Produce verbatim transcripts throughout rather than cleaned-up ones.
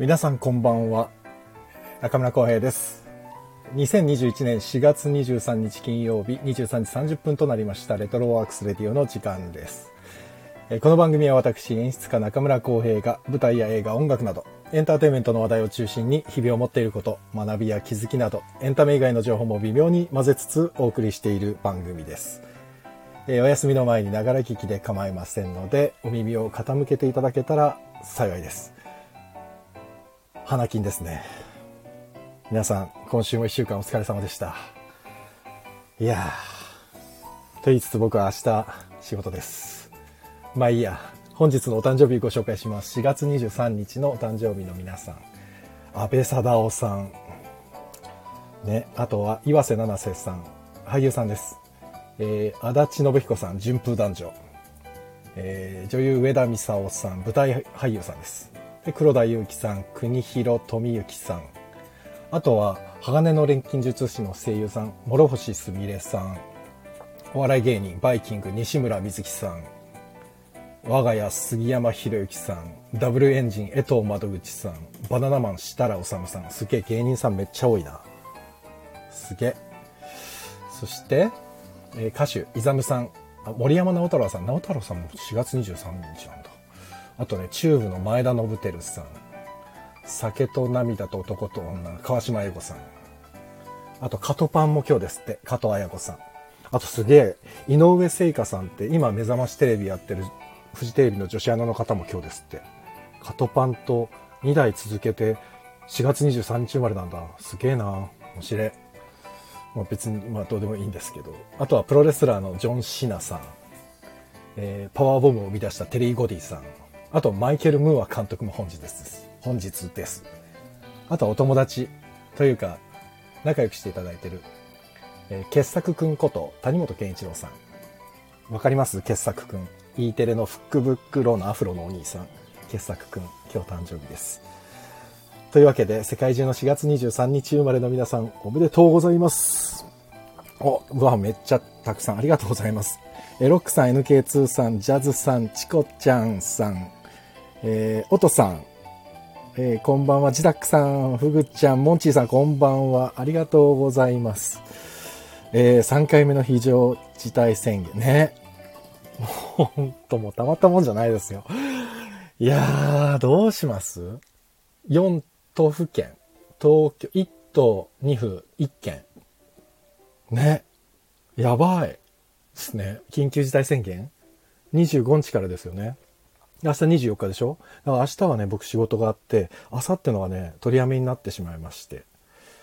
皆さんこんばんは。中村浩平です。にせんにじゅういちねんしがつにじゅうさんにち金曜日にじゅうさんじさんじゅっぷんとなりましたレトロワークスレディオの時間です。この番組は私演出家中村浩平が舞台や映画、音楽などエンターテインメントの話題を中心に日々を持っていること、学びや気づきなどエンタメ以外の情報も微妙に混ぜつつお送りしている番組です。お休みの前にながら聞きで構いませんのでお耳を傾けていただけたら幸いです。花金ですね。皆さん今週もいっしゅうかんお疲れ様でした。いやーと言いつつ僕は明日仕事です。まあいいや、本日のお誕生日ご紹介します。しがつにじゅうさんにちのお誕生日の皆さん、安倍貞夫さんね、あとは岩瀬七瀬さん、俳優さんです。えー、足立信彦さん、順風男女、えー、女優上田美沙夫さん、舞台俳優さんです。で黒田祐樹さん、国広富之さん、あとは鋼の錬金術師の声優さん、諸星すみれさん、お笑い芸人バイキング西村瑞希さん、我が家杉山博之さん、ダブルエンジン江藤窓口さん、バナナマン設楽統さん、すげえ芸人さんめっちゃ多いな、すげえ。そしてえー、歌手イザムさん、あ森山直太朗さん、直太朗さんもしがつにじゅうさんにちなんだ。あとね、チューブの前田信輝さん、酒と涙と男と女川島英吾さん、あとカトパンも今日ですって、加藤綾子さん、あとすげえ井上聖華さんって今目覚ましテレビやってるフジテレビの女子アナの方も今日ですって。カトパンとにだい続けてしがつにじゅうさんにち生まれなんだ。すげえな、面白い。まあ、別にまあどうでもいいんですけど、あとはプロレスラーのジョン・シナさん、えー、パワーボムを生み出したテリー・ゴディさん、あとマイケル・ムーア監督も本日です本日ですあとはお友達というか仲良くしていただいてる、えー、傑作くんこと谷本健一郎さん、わかります？傑作くん、 E テレのフックブックローのアフロのお兄さん、傑作くん今日誕生日です。というわけで世界中のしがつにじゅうさんにち生まれの皆さんおめでとうございます。お、うわ、めっちゃたくさんありがとうございます。えロックさん、 エヌケーツー さん、ジャズさん、チコちゃんさん、えー、オトさん、えー、こんばんは。ジダックさん、フグちゃん、モンチーさん、こんばんは。ありがとうございます。えー、さんかいめの非常事態宣言ね。もうほんともうたまったもんじゃないですよ。いやー、どうします？ よん 都府県、東京いち都に府いっ県ね、やばいですね。緊急事態宣言にじゅうごにちからですよね。明日にじゅうよっかでしょ。だから明日はね、僕仕事があって、明後日のはね取りやめになってしまいまして、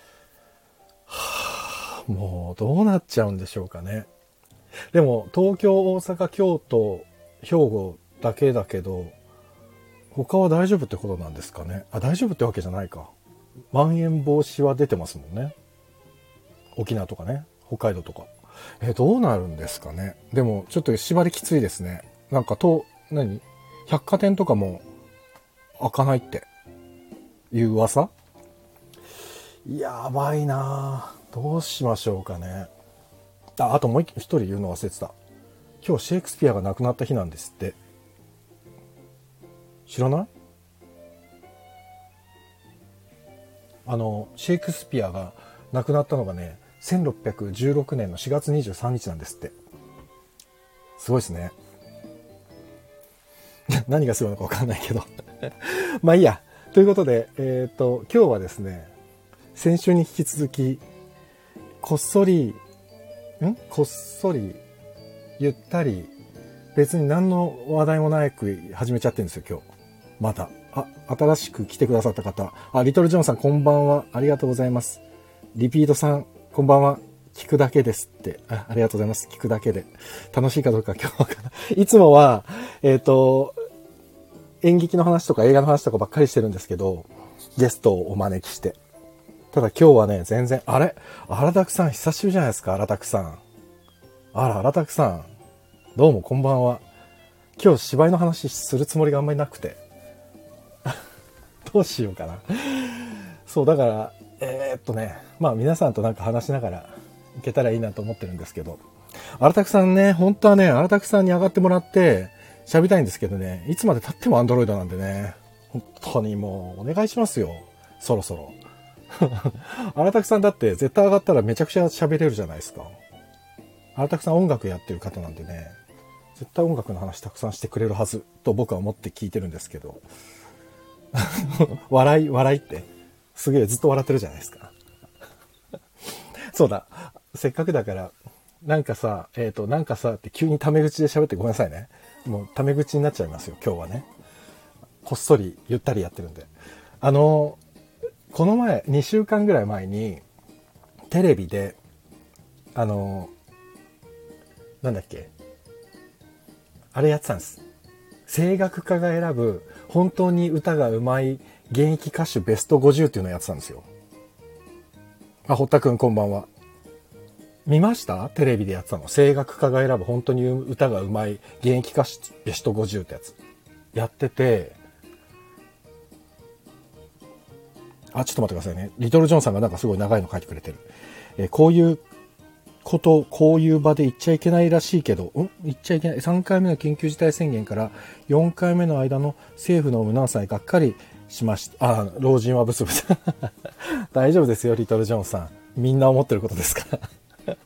はあ、もうどうなっちゃうんでしょうかね。でも東京、大阪、京都、兵庫だけだけど他は大丈夫ってことなんですかね。あ、大丈夫ってわけじゃないか。まん延防止は出てますもんね。沖縄とかね、北海道とか。え、どうなるんですかね。でもちょっと縛りきついですね。なんかと何百貨店とかも開かないっていう噂。やばいな。どうしましょうかね。あ、あともう一人言うの忘れてた。今日シェイクスピアが亡くなった日なんですって。知らない？あのシェイクスピアが亡くなったのがね、せんろっぴゃくじゅうろくねんのしがつにじゅうさんにちなんですって。すごいですね。何がすごいのか分かんないけどまあいいや。ということで、えっと今日はですね、先週に引き続きこっそりんこっそりゆったり、別に何の話題もなく始めちゃってるんですよ今日。またあ新しく来てくださった方、あリトルジョンさんこんばんは、ありがとうございます。リピートさんこんばんは、聞くだけですって、 あ, ありがとうございます。聞くだけで楽しいかどうか今日はかないつもはえっと演劇の話とか映画の話とかばっかりしてるんですけど、ゲストをお招きして。ただ今日はね、全然、あれ荒拓さん久しぶりじゃないですか。荒拓さん、あら荒拓さん、どうもこんばんは。今日芝居の話するつもりがあんまりなくてどうしようかな。そうだからえー、っとねまあ皆さんとなんか話しながらいけたらいいなと思ってるんですけど、荒拓さんね、本当はね荒拓さんに上がってもらって喋りたいんですけどね、いつまで経ってもアンドロイドなんでね、 本当にもうお願いしますよ。そろそろ。荒拓さんだって絶対上がったらめちゃくちゃ喋れるじゃないですか。荒拓さん音楽やってる方なんでね、絶対音楽の話たくさんしてくれるはずと僕は思って聞いてるんですけど。笑い、笑いって、すげえずっと笑ってるじゃないですか。そうだ。せっかくだから、なんかさ、えっと、なんかさって急にタメ口で喋ってごめんなさいね。もうタメ口になっちゃいますよ、今日はね。こっそりゆったりやってるんで。あの、この前、にしゅうかんぐらい前に、テレビで、あの、なんだっけ、あれやってたんです。声楽家が選ぶ、本当に歌が上手い現役歌手ベストごじゅうっていうのをやってたんですよ。あ、堀田くんこんばんは。見ました？テレビでやってたの。声楽家が選ぶ本当に歌が上手い現役歌手ベストごじゅうってやつ。やってて、あ、ちょっと待ってくださいね。リトルジョンさんがなんかすごい長いの書いてくれてる。えー、こういうこと、こういう場で言っちゃいけないらしいけど、ん言っちゃいけない。さんかいめの緊急事態宣言からよんかいめの間の政府の無難さにがっかりしました。あ、老人はブスブス。大丈夫ですよ、リトルジョンさん。みんな思ってることですから。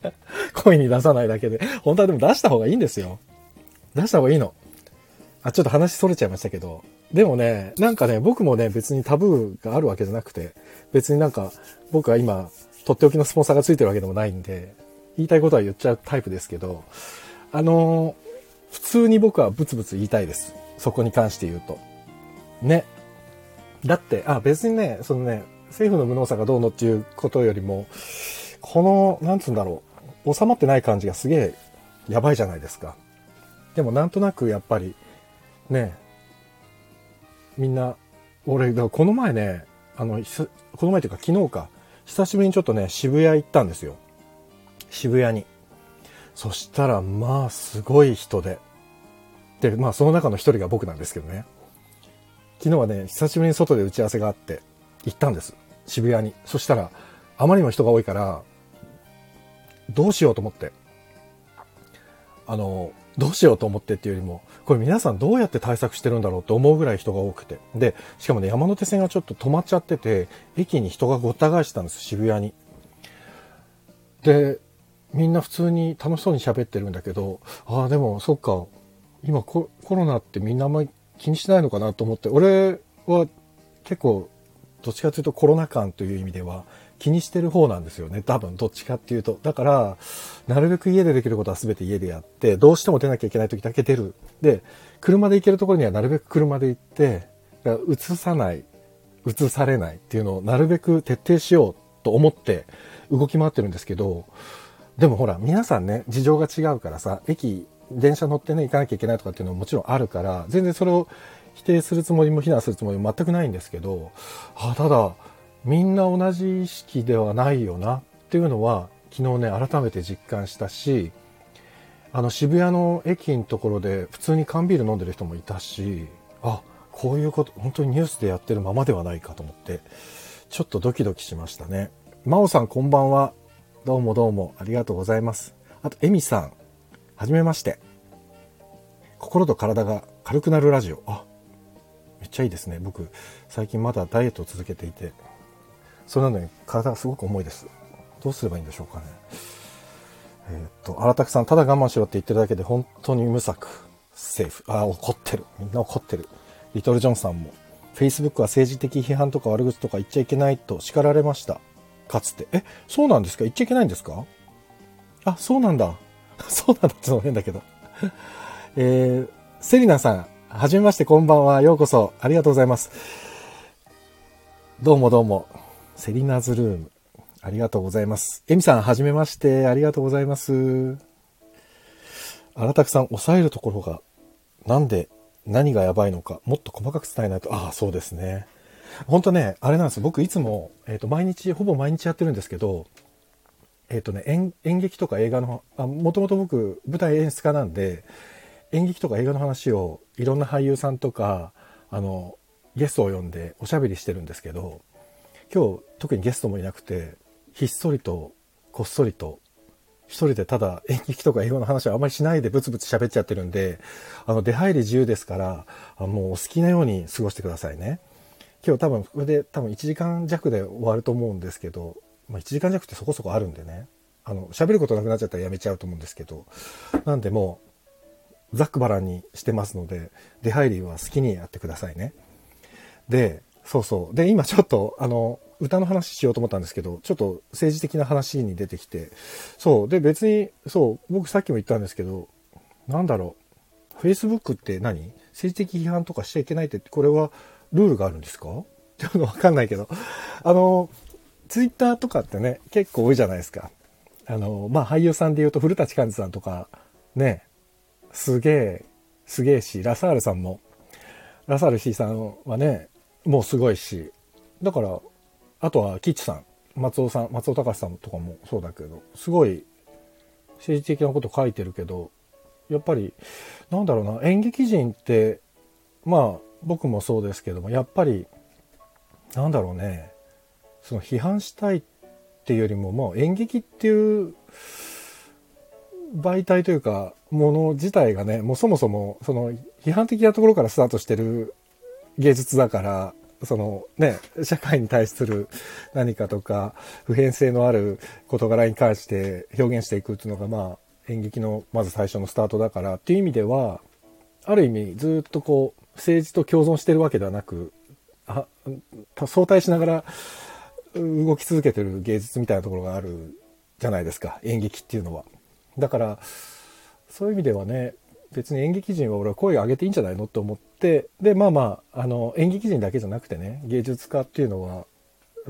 声に出さないだけで。本当はでも出した方がいいんですよ。出した方がいいの。あ、ちょっと話それちゃいましたけど。でもね、なんかね、僕もね、別にタブーがあるわけじゃなくて、別になんか、僕は今、とっておきのスポンサーがついてるわけでもないんで、言いたいことは言っちゃうタイプですけど、あのー、普通に僕はブツブツ言いたいです。そこに関して言うと。ね。だって、あ、別にね、そのね、政府の無能さがどうのっていうことよりも、この、なんつうんだろう、収まってない感じがすげえやばいじゃないですか。でもなんとなくやっぱり、ね、みんな、俺、だからこの前ね、あの、この前というか昨日か、久しぶりにちょっとね、渋谷行ったんですよ。渋谷に。そしたら、まあ、すごい人で。で、まあ、その中の一人が僕なんですけどね。昨日はね、久しぶりに外で打ち合わせがあって、行ったんです。渋谷に。そしたら、あまりにも人が多いから、どうしようと思って。あの、どうしようと思ってっていうよりも、これ皆さんどうやって対策してるんだろうと思うぐらい人が多くて。で、しかもね、山手線がちょっと止まっちゃってて、駅に人がごった返してたんです、渋谷に。で、みんな普通に楽しそうに喋ってるんだけど、ああ、でも、そっか、今コロナってみんなあんまり気にしないのかなと思って、俺は結構、どっちかというとコロナ禍という意味では気にしてる方なんですよね。多分、どっちかっていうと。だから、なるべく家でできることは全て家でやって、どうしても出なきゃいけない時だけ出る。で、車で行けるところにはなるべく車で行って、移さない、移されないっていうのをなるべく徹底しようと思って動き回ってるんですけど、でもほら、皆さんね、事情が違うからさ、駅、電車乗ってね、行かなきゃいけないとかっていうのももちろんあるから、全然それを否定するつもりも非難するつもりも全くないんですけど、あ、ただ、みんな同じ意識ではないよなっていうのは、昨日ね、改めて実感したし、あの渋谷の駅のところで普通に缶ビール飲んでる人もいたし、あ、こういうこと、本当にニュースでやってるままではないかと思って、ちょっとドキドキしましたね。真央さんこんばんは。どうもどうもありがとうございます。あと、エミさん、はじめまして。心と体が軽くなるラジオ。あ、めっちゃいいですね。僕、最近まだダイエットを続けていて、それなのに体がすごく重いです。どうすればいいんでしょうかね。えー、っと、荒拓さん、ただ我慢しろって言ってるだけで本当に無策。セーフ。あ、怒ってる。みんな怒ってる。リトルジョンさんも、Facebook は政治的批判とか悪口とか言っちゃいけないと叱られました。かつて。え、そうなんですか？言っちゃいけないんですか？あ、そうなんだ。そうなんだってのも変だけど。えー、セリナさん、はじめまして、こんばんは。ようこそ。ありがとうございます。どうもどうも。セリナズルーム。ありがとうございます。エミさん、はじめまして。ありがとうございます。荒拓さん、抑えるところが、なんで、何がやばいのか、もっと細かく伝えないと。ああ、そうですね。本当ね、あれなんですよ。僕いつも、えっと、毎日、ほぼ毎日やってるんですけど、えっとね、演、演劇とか映画の、あ、もともと僕、舞台演出家なんで、演劇とか映画の話を、いろんな俳優さんとか、あの、ゲストを呼んでおしゃべりしてるんですけど、今日、特にゲストもいなくて、ひっそりと、こっそりと、 一人でただ演劇とか英語の話はあんまりしないでブツブツ喋っちゃってるんで、あの、出入り自由ですから、あもうお好きなように過ごしてくださいね。今日多分、これで多分いちじかん弱で終わると思うんですけど、まあ、いちじかん弱ってそこそこあるんでね。あの、喋ることなくなっちゃったらやめちゃうと思うんですけど、なんでもう、ざっくばらんにしてますので、出入りは好きにやってくださいね。で、そうそう。で、今ちょっと、あの、歌の話しようと思ったんですけど、ちょっと政治的な話に出てきて、そう。で、別に、そう、僕さっきも言ったんですけど、なんだろう。Facebook って何？政治的批判とかしちゃいけないって、これはルールがあるんですか？ちょっとわかんないけど。あの、Twitter とかってね、結構多いじゃないですか。あの、まあ、俳優さんで言うと古舘寛治さんとか、ね、すげえ、すげえし、ラサールさんも、ラサール C さんはね、もうすごいし、だから、あとはキッチさん、松尾さん、松尾隆さんとかもそうだけど、すごい政治的なこと書いてるけど、やっぱり、なんだろうな、演劇人って、まあ、僕もそうですけども、やっぱり、なんだろうね、その批判したいっていうよりも、もう演劇っていう媒体というか、もの自体がね、もうそもそも、その批判的なところからスタートしてる芸術だから、そのね、社会に対する何かとか、普遍性のある事柄に関して表現していくっていうのが、まあ、演劇のまず最初のスタートだからっていう意味では、ある意味ずっとこう、政治と共存してるわけではなく、あ相対しながら動き続けてる芸術みたいなところがあるじゃないですか、演劇っていうのは。だから、そういう意味ではね、別に演劇人は俺は声を上げていいんじゃないのって思って、で、まあまあ、あの、演劇人だけじゃなくてね、芸術家っていうのは、うん、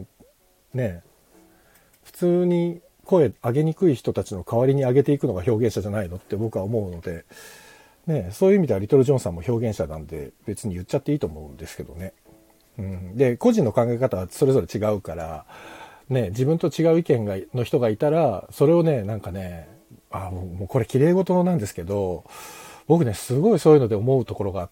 ね、普通に声上げにくい人たちの代わりに上げていくのが表現者じゃないのって僕は思うので、ね、そういう意味ではリトル・ジョンさんも表現者なんで別に言っちゃっていいと思うんですけどね。うん、で、個人の考え方はそれぞれ違うから、ね、自分と違う意見がの人がいたら、それをね、なんかね、あ、もう、もうこれ綺麗事なんですけど、僕ね、すごいそういうので思うところがあって、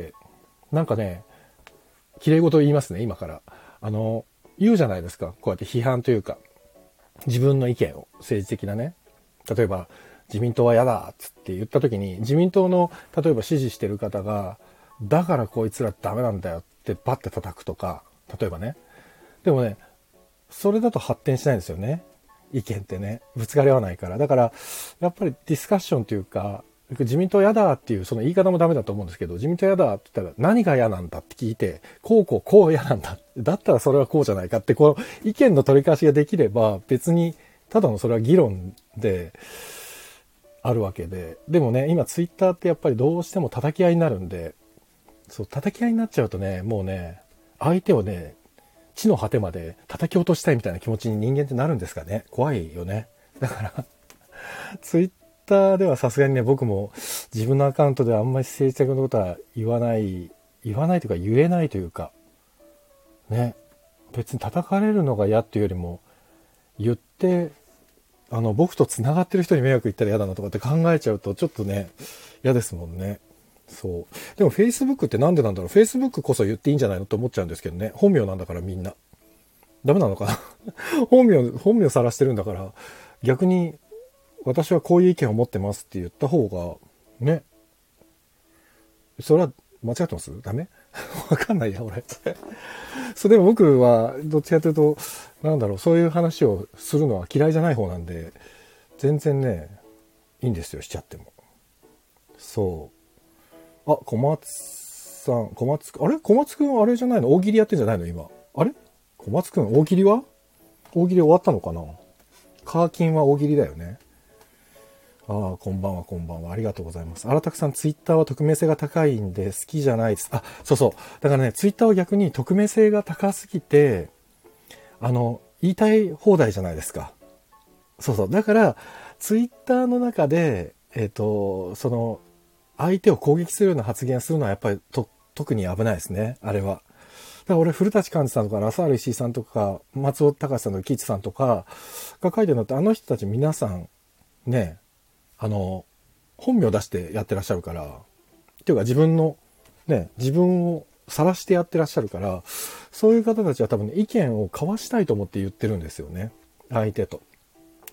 なんかね、綺麗事言いますね、今から。あの、言うじゃないですか、こうやって批判というか、自分の意見を、政治的なね。例えば、自民党は嫌だっつって言った時に、自民党の、例えば支持してる方が、だからこいつらダメなんだよってバッて叩くとか、例えばね。でもね、それだと発展しないんですよね。意見ってね、ぶつかり合わないから。だから、やっぱりディスカッションというか、自民党嫌だっていうその言い方もダメだと思うんですけど、自民党嫌だって言ったら何が嫌なんだって聞いて、こうこうこう嫌なんだ。だったらそれはこうじゃないかって、この意見の取り交わしができれば別に、ただのそれは議論であるわけで。でもね、今ツイッターってやっぱりどうしても叩き合いになるんで、そう、叩き合いになっちゃうとね、もうね、相手をね、地の果てまで叩き落としたいみたいな気持ちに人間ってなるんですかね。怖いよね。だからツイッターではさすがにね、僕も自分のアカウントではあんまり政治的なことは言わない言わないというか言えないというかね、別に叩かれるのが嫌っていうよりも、言ってあの僕とつながってる人に迷惑言ったら嫌だなとかって考えちゃうとちょっとね、嫌ですもんね。そう。でも Facebook ってなんでなんだろう。Facebook こそ言っていいんじゃないのって思っちゃうんですけどね。本名なんだからみんな。ダメなのかな本名、本名さらしてるんだから、逆に私はこういう意見を持ってますって言った方が、ね。それは間違ってます？ダメわかんないや、俺。そう、でも僕はどっちかというと、なんだろう、そういう話をするのは嫌いじゃない方なんで、全然ね、いいんですよ、しちゃっても。そう。あ、小松さん、小松くん、あれ小松くんあれじゃないの？大喜利やってんじゃないの今。あれ小松くん、大喜利は大喜利終わったのかな？カーキンは大喜利だよね。ああ、こんばんは、こんばんは。ありがとうございます。荒拓さん、ツイッターは匿名性が高いんで好きじゃないです。あ、そうそう。だからね、ツイッターは逆に匿名性が高すぎて、あの、言いたい放題じゃないですか。そうそう。だから、ツイッターの中で、えっと、その、相手を攻撃するような発言するのはやっぱりと特に危ないですね、あれは。だから俺、古舘寛治さんとか、ラサール石井さんとか、松尾隆さんとか、キイチさんとかが書いてるのって、あの人たち皆さん、ね、あの、本名出してやってらっしゃるから、っていうか自分の、ね、自分を晒してやってらっしゃるから、そういう方たちは多分ね、意見を交わしたいと思って言ってるんですよね、相手と。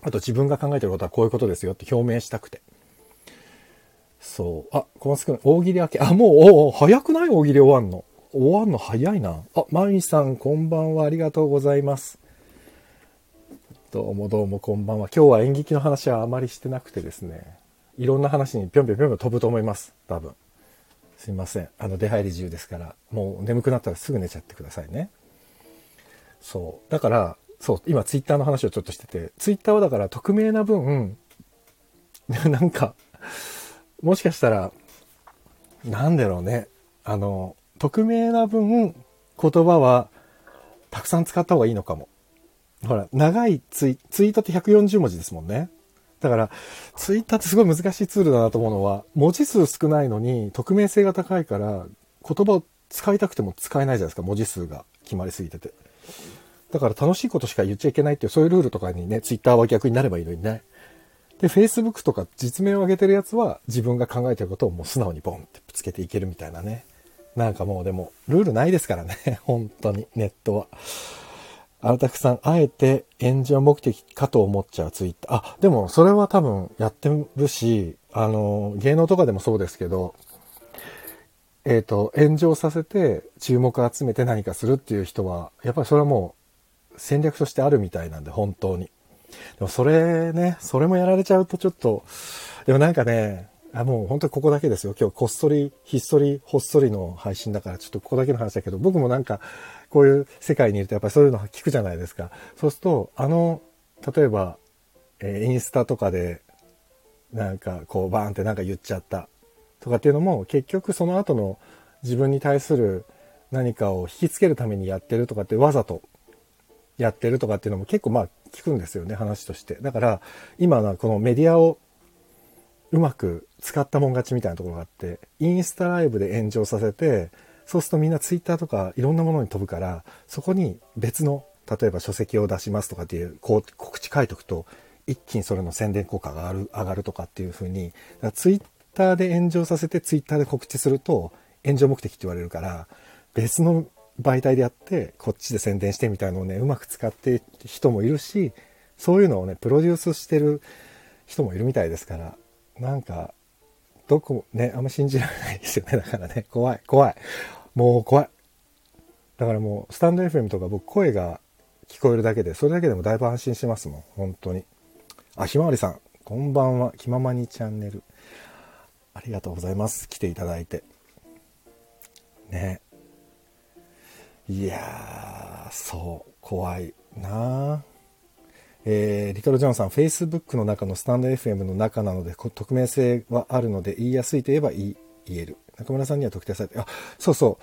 あと自分が考えてることはこういうことですよって表明したくて。そう。あ、小松くん、大喜利明け。あ、もう、おお、早くない？大喜利終わんの。終わんの早いな。あ、まみさん、こんばんは。ありがとうございます。どうもどうもこんばんは。今日は演劇の話はあまりしてなくてですね。いろんな話にぴょんぴょんぴょんぴょん飛ぶと思います。多分。すいません。あの、出入り自由ですから、もう眠くなったらすぐ寝ちゃってくださいね。そう。だから、そう、今ツイッターの話をちょっとしてて、ツイッターはだから匿名な分、なんか、もしかしたら、なんだろうね。あの、匿名な分、言葉はたくさん使った方がいいのかも。ほら、長いツイ、ツイートってひゃくよんじゅうもじですもんね。だから、ツイッターってすごい難しいツールだなと思うのは、文字数少ないのに匿名性が高いから、言葉を使いたくても使えないじゃないですか、文字数が決まりすぎてて。だから楽しいことしか言っちゃいけないっていう、そういうルールとかにね、ツイッターは逆になればいいのにね。で、Facebook とか実名を上げてるやつは、自分が考えてることをもう素直にボンってぶつけていけるみたいなね。なんかもうでも、ルールないですからね、本当に、ネットは。あらたくさん、あえて炎上目的かと思っちゃうツイッター。あ、でもそれは多分やってるし、あの、芸能とかでもそうですけど、えっと、炎上させて注目を集めて何かするっていう人は、やっぱりそれはもう戦略としてあるみたいなんで、本当に。でもそれね、それもやられちゃうとちょっと、でもなんかね、あ、もう本当にここだけですよ。今日こっそり、ひっそり、ほっそりの配信だからちょっとここだけの話だけど、僕もなんかこういう世界にいるとやっぱりそういうの聞くじゃないですか。そうすると、あの、例えば、えーインスタとかでなんかこうバーンってなんか言っちゃったとかっていうのも結局その後の自分に対する何かを引きつけるためにやってるとかってわざとやってるとかっていうのも結構まあ聞くんですよね、話として。だから今のこのメディアをうまく使ったもん勝ちみたいなところがあって、インスタライブで炎上させて、そうするとみんなツイッターとかいろんなものに飛ぶから、そこに別の例えば書籍を出しますとかっていうこう告知書いとくと一気にそれの宣伝効果が上がる、上がるとかっていう風に、ツイッターで炎上させてツイッターで告知すると炎上目的って言われるから、別の媒体でやってこっちで宣伝してみたいのをね、うまく使っている人もいるし、そういうのをねプロデュースしてる人もいるみたいですから、なんかどこもねあんま信じられないですよね。だからね、怖い怖い、もう怖い。だからもうスタンド エフエム とか僕声が聞こえるだけで、それだけでもだいぶ安心してますもん、本当に。あ、ひまわりさんこんばんは。気ままにチャンネルありがとうございます、来ていただいてね。いやー、そう怖いな。えー、リトルジョンさん、Facebook の中のスタンド エフエム の中なので匿名性はあるので言いやすいと言えば言い言える。中村さんには特定されて、あ、そうそう、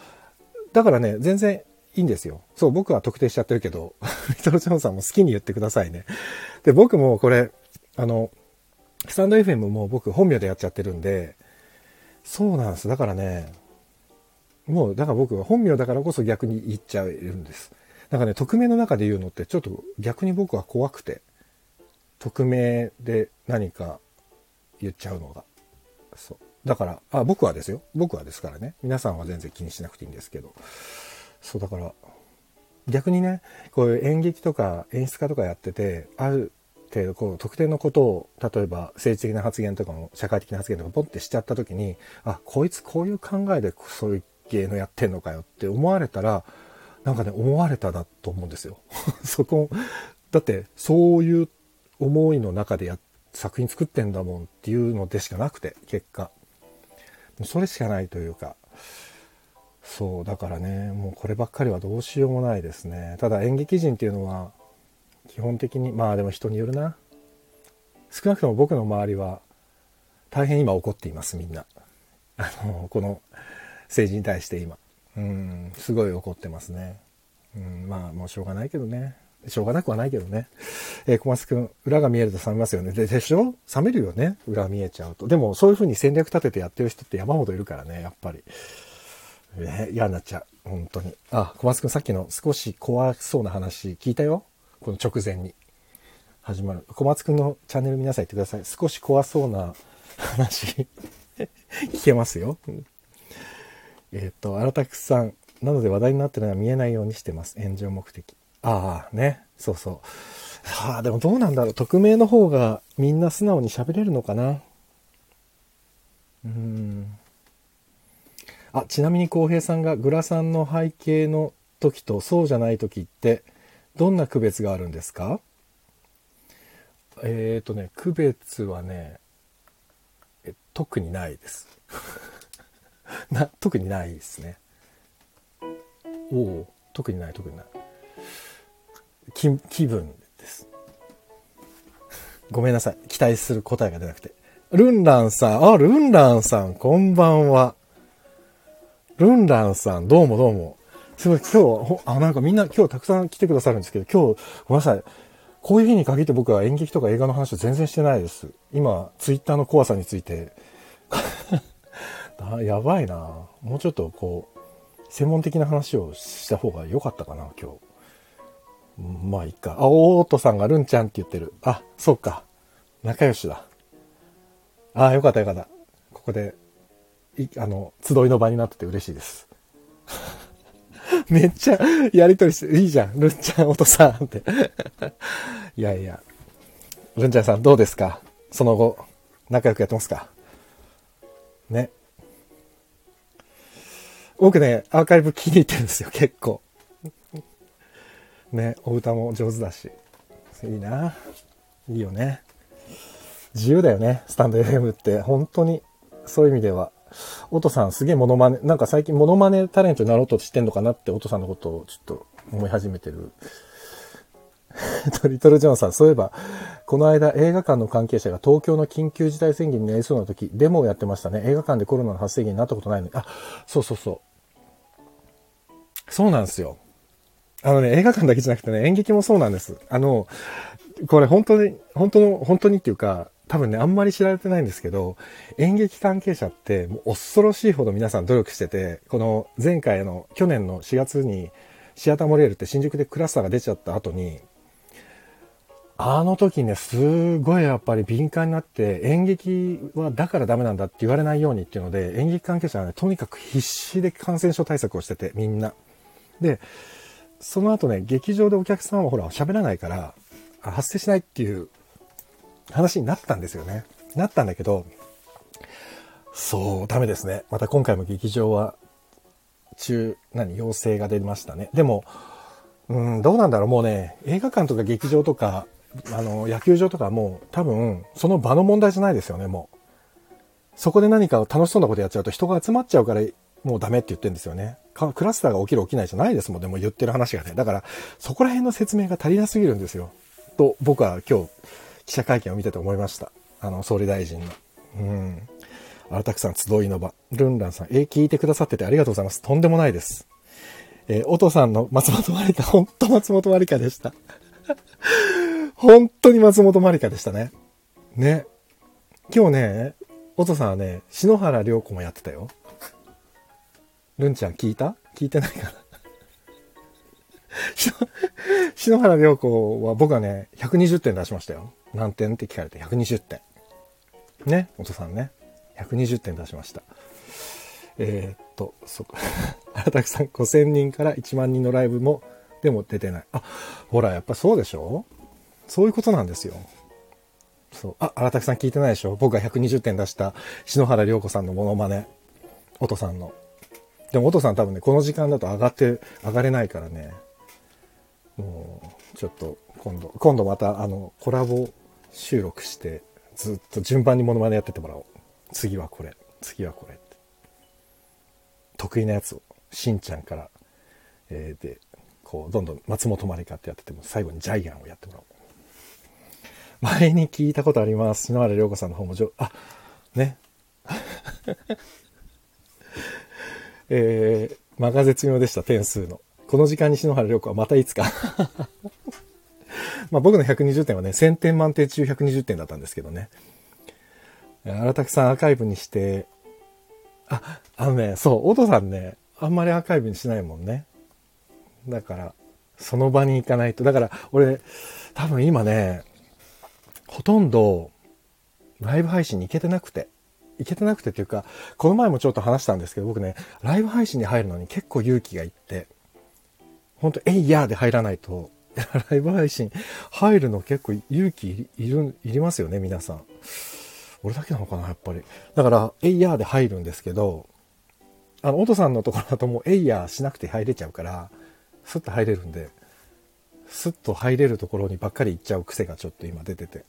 だからね全然いいんですよ。そう、僕は特定しちゃってるけどリトルジョンさんも好きに言ってくださいね。で、僕もこれあのスタンド エフエム も僕本名でやっちゃってるんで、そうなんです。だからね、もうだから僕は本名だからこそ逆に言っちゃえるんです。なんかね、匿名の中で言うのってちょっと逆に僕は怖くて、匿名で何か言っちゃうのが。そうだから、あ、僕はですよ、僕はですからね、皆さんは全然気にしなくていいんですけど、そうだから逆にね、こういう演劇とか演出家とかやってて、ある程度こう特定のことを、例えば政治的な発言とかも社会的な発言とかポンってしちゃった時に、あ、こいつこういう考えでそういう芸能やってんのかよって思われたら、なんかね、思われただと思うんですよそこだってそういう思いの中でや作品作ってんだもんっていうのでしかなくて、結果それしかないというか、そうだからね、もうこればっかりはどうしようもないですね。ただ演劇人っていうのは基本的に、まあでも人によるな。少なくとも僕の周りは大変今怒っています、みんな。あのこの政治に対して今、うんすごい怒ってますね。うん、まあもうしょうがないけどね、しょうがなくはないけどね。えー、小松くん、裏が見えると冷めますよね。で、でしょ、冷めるよね、裏見えちゃうと。でもそういう風に戦略立ててやってる人って山ほどいるからね、やっぱり。えー、嫌になっちゃう、本当に。あ、小松くん、さっきの少し怖そうな話聞いたよ、この直前に始まる。小松くんのチャンネル皆さん言ってください。少し怖そうな話聞けますよ。えっと、荒拓さん、なので話題になってるのは見えないようにしてます。炎上目的。ああ、ね。そうそう。 さあ、でもどうなんだろう。匿名の方がみんな素直に喋れるのかな。うーん。あ、ちなみに浩平さんがグラサンの背景の時とそうじゃない時ってどんな区別があるんですか？えーとね、区別はね、え特にないです。な、特にないですね。おお、特にない、特にない。気、気分です。ごめんなさい。期待する答えが出なくて。ルンランさん、あ、ルンランさん、こんばんは。ルンランさん、どうもどうも。すごい、今日、あ、なんかみんな今日たくさん来てくださるんですけど、今日、ごめんなさい。こういう日に限って僕は演劇とか映画の話を全然してないです。今、ツイッターの怖さについて。やばいな。もうちょっとこう、専門的な話をした方が良かったかな、今日。まあいいか。あ、おーとさんがルンちゃんって言ってる。あ、そうか。仲良しだ。あ、よかったよかった。ここで、いあの、集いの場になってて嬉しいです。めっちゃやりとりして、いいじゃん。ルンちゃん、おとさんって。いやいや。ルンちゃんさんどうですか？その後、仲良くやってますか？ね。僕ね、アーカイブ気に入ってるんですよ、結構。ね、お歌も上手だし。いいな。いいよね。自由だよね、スタンド エフエム って。本当に、そういう意味では。オトさんすげえモノマネ、なんか最近モノマネタレントになろうとしてんのかなってオトさんのことをちょっと思い始めてる。リトルジョンさん、そういえば、この間映画館の関係者が東京の緊急事態宣言になりそうな時、デモをやってましたね。映画館でコロナの発生源になったことないのに。あ、そうそうそう。そうなんですよ。あのね、映画館だけじゃなくてね、演劇もそうなんです。あの、これ本当に、本当の、本当にっていうか、多分ね、あんまり知られてないんですけど、演劇関係者ってもう恐ろしいほど皆さん努力してて、この前回の去年のしがつにシアターモレールって新宿でクラスターが出ちゃった後に、あの時ね、すごいやっぱり敏感になって、演劇はだからダメなんだって言われないようにっていうので、演劇関係者はね、とにかく必死で感染症対策をしてて、みんな。で、その後ね、劇場でお客さんはほら喋らないから、発生しないっていう話になったんですよね。なったんだけど、そう、ダメですね。また今回も劇場は、中、何、陽性が出ましたね。でも、うん、どうなんだろう。もうね、映画館とか劇場とか、あの、野球場とかもう多分、その場の問題じゃないですよね、もう。そこで何か楽しそうなことやっちゃうと人が集まっちゃうから、もうダメって言ってるんですよね。クラスターが起きる起きないじゃないですもん。でも言ってる話がね。だから、そこら辺の説明が足りなすぎるんですよ。と、僕は今日、記者会見を見てて思いました。あの、総理大臣の。うん。荒拓さん、集いの場。ルンランさん、え、聞いてくださっててありがとうございます。とんでもないです。えー、おとさんの松本まりか、本当松本まりかでした。本当に松本まりかでしたね。ね。今日ね、おとさんはね、篠原涼子もやってたよ。ルンちゃん聞いた？聞いてないかな。篠原涼子は僕はね、ひゃくにじゅってん出しましたよ。何点って聞かれてひゃくにじゅってん。ね、おとさんね。ひゃくにじゅってん出しました。えー、っと、そこ。荒拓さんごせんにんからいちまんにんのライブも、でも出てない。あ、ほら、やっぱそうでしょ？そういうことなんですよ。そう。あ、荒拓さん聞いてないでしょ？僕がひゃくにじゅってん出した篠原涼子さんのモノマネ。おとさんの。でもおとさん多分ね、この時間だと上がって、上がれないからね。もう、ちょっと、今度、今度また、あの、コラボ収録して、ずっと順番にモノマネやってってもらおう。次はこれ。次はこれって。得意なやつを、しんちゃんから、えー、で、こう、どんどん松本まりかってやってても、最後にジャイアンをやってもらおう。前に聞いたことあります。篠原涼子さんの方もじょ、あ、ね。えー、間が絶妙でした、点数の。この時間に篠原涼子はまたいつか。まあ僕のひゃくにじゅってんはね、せんてん満点中ひゃくにじゅってんだったんですけどね。荒拓さんアーカイブにして、あ、あのね、そう、おとさんね、あんまりアーカイブにしないもんね。だから、その場に行かないと。だから、俺、多分今ね、ほとんど、ライブ配信に行けてなくて。行けてなくてっていうか、この前もちょっと話したんですけど、僕ね、ライブ配信に入るのに結構勇気がいって、ほんと、えいやーで入らないとライブ配信入るの結構勇気いる、いりますよね、皆さん。俺だけなのかな、やっぱり。だから、エイヤーで入るんですけど、あの、オトさんのところだともうエイヤーしなくて入れちゃうから、スッと入れるんで、スッと入れるところにばっかり行っちゃう癖がちょっと今出てて。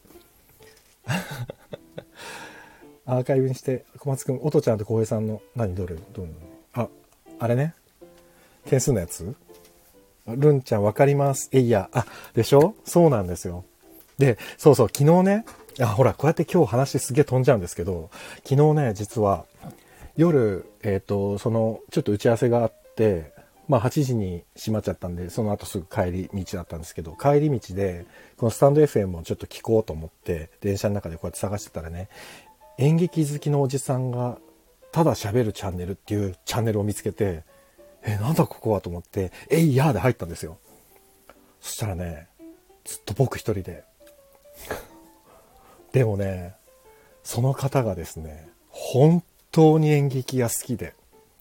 アーカイブにして、小松くん、オトちゃんと小平さんの、何、どれ、どれ、あ、あれね。点数のやつルンちゃんわかります。えいや、あ、でしょそうなんですよ。で、そうそう、昨日ね、あ、ほら、こうやって今日話すげえ飛んじゃうんですけど、昨日ね、実は、夜、えっと、その、ちょっと打ち合わせがあって、まあはちじに閉まっちゃったんで、その後すぐ帰り道だったんですけど、帰り道で、このスタンド エフエム をちょっと聞こうと思って、電車の中でこうやって探してたらね、演劇好きのおじさんが、ただ喋るチャンネルっていうチャンネルを見つけて、え、なんだここはと思って、えいやーで入ったんですよ。そしたらね、ずっと僕一人で。でもね、その方がですね、本当に演劇が好きで、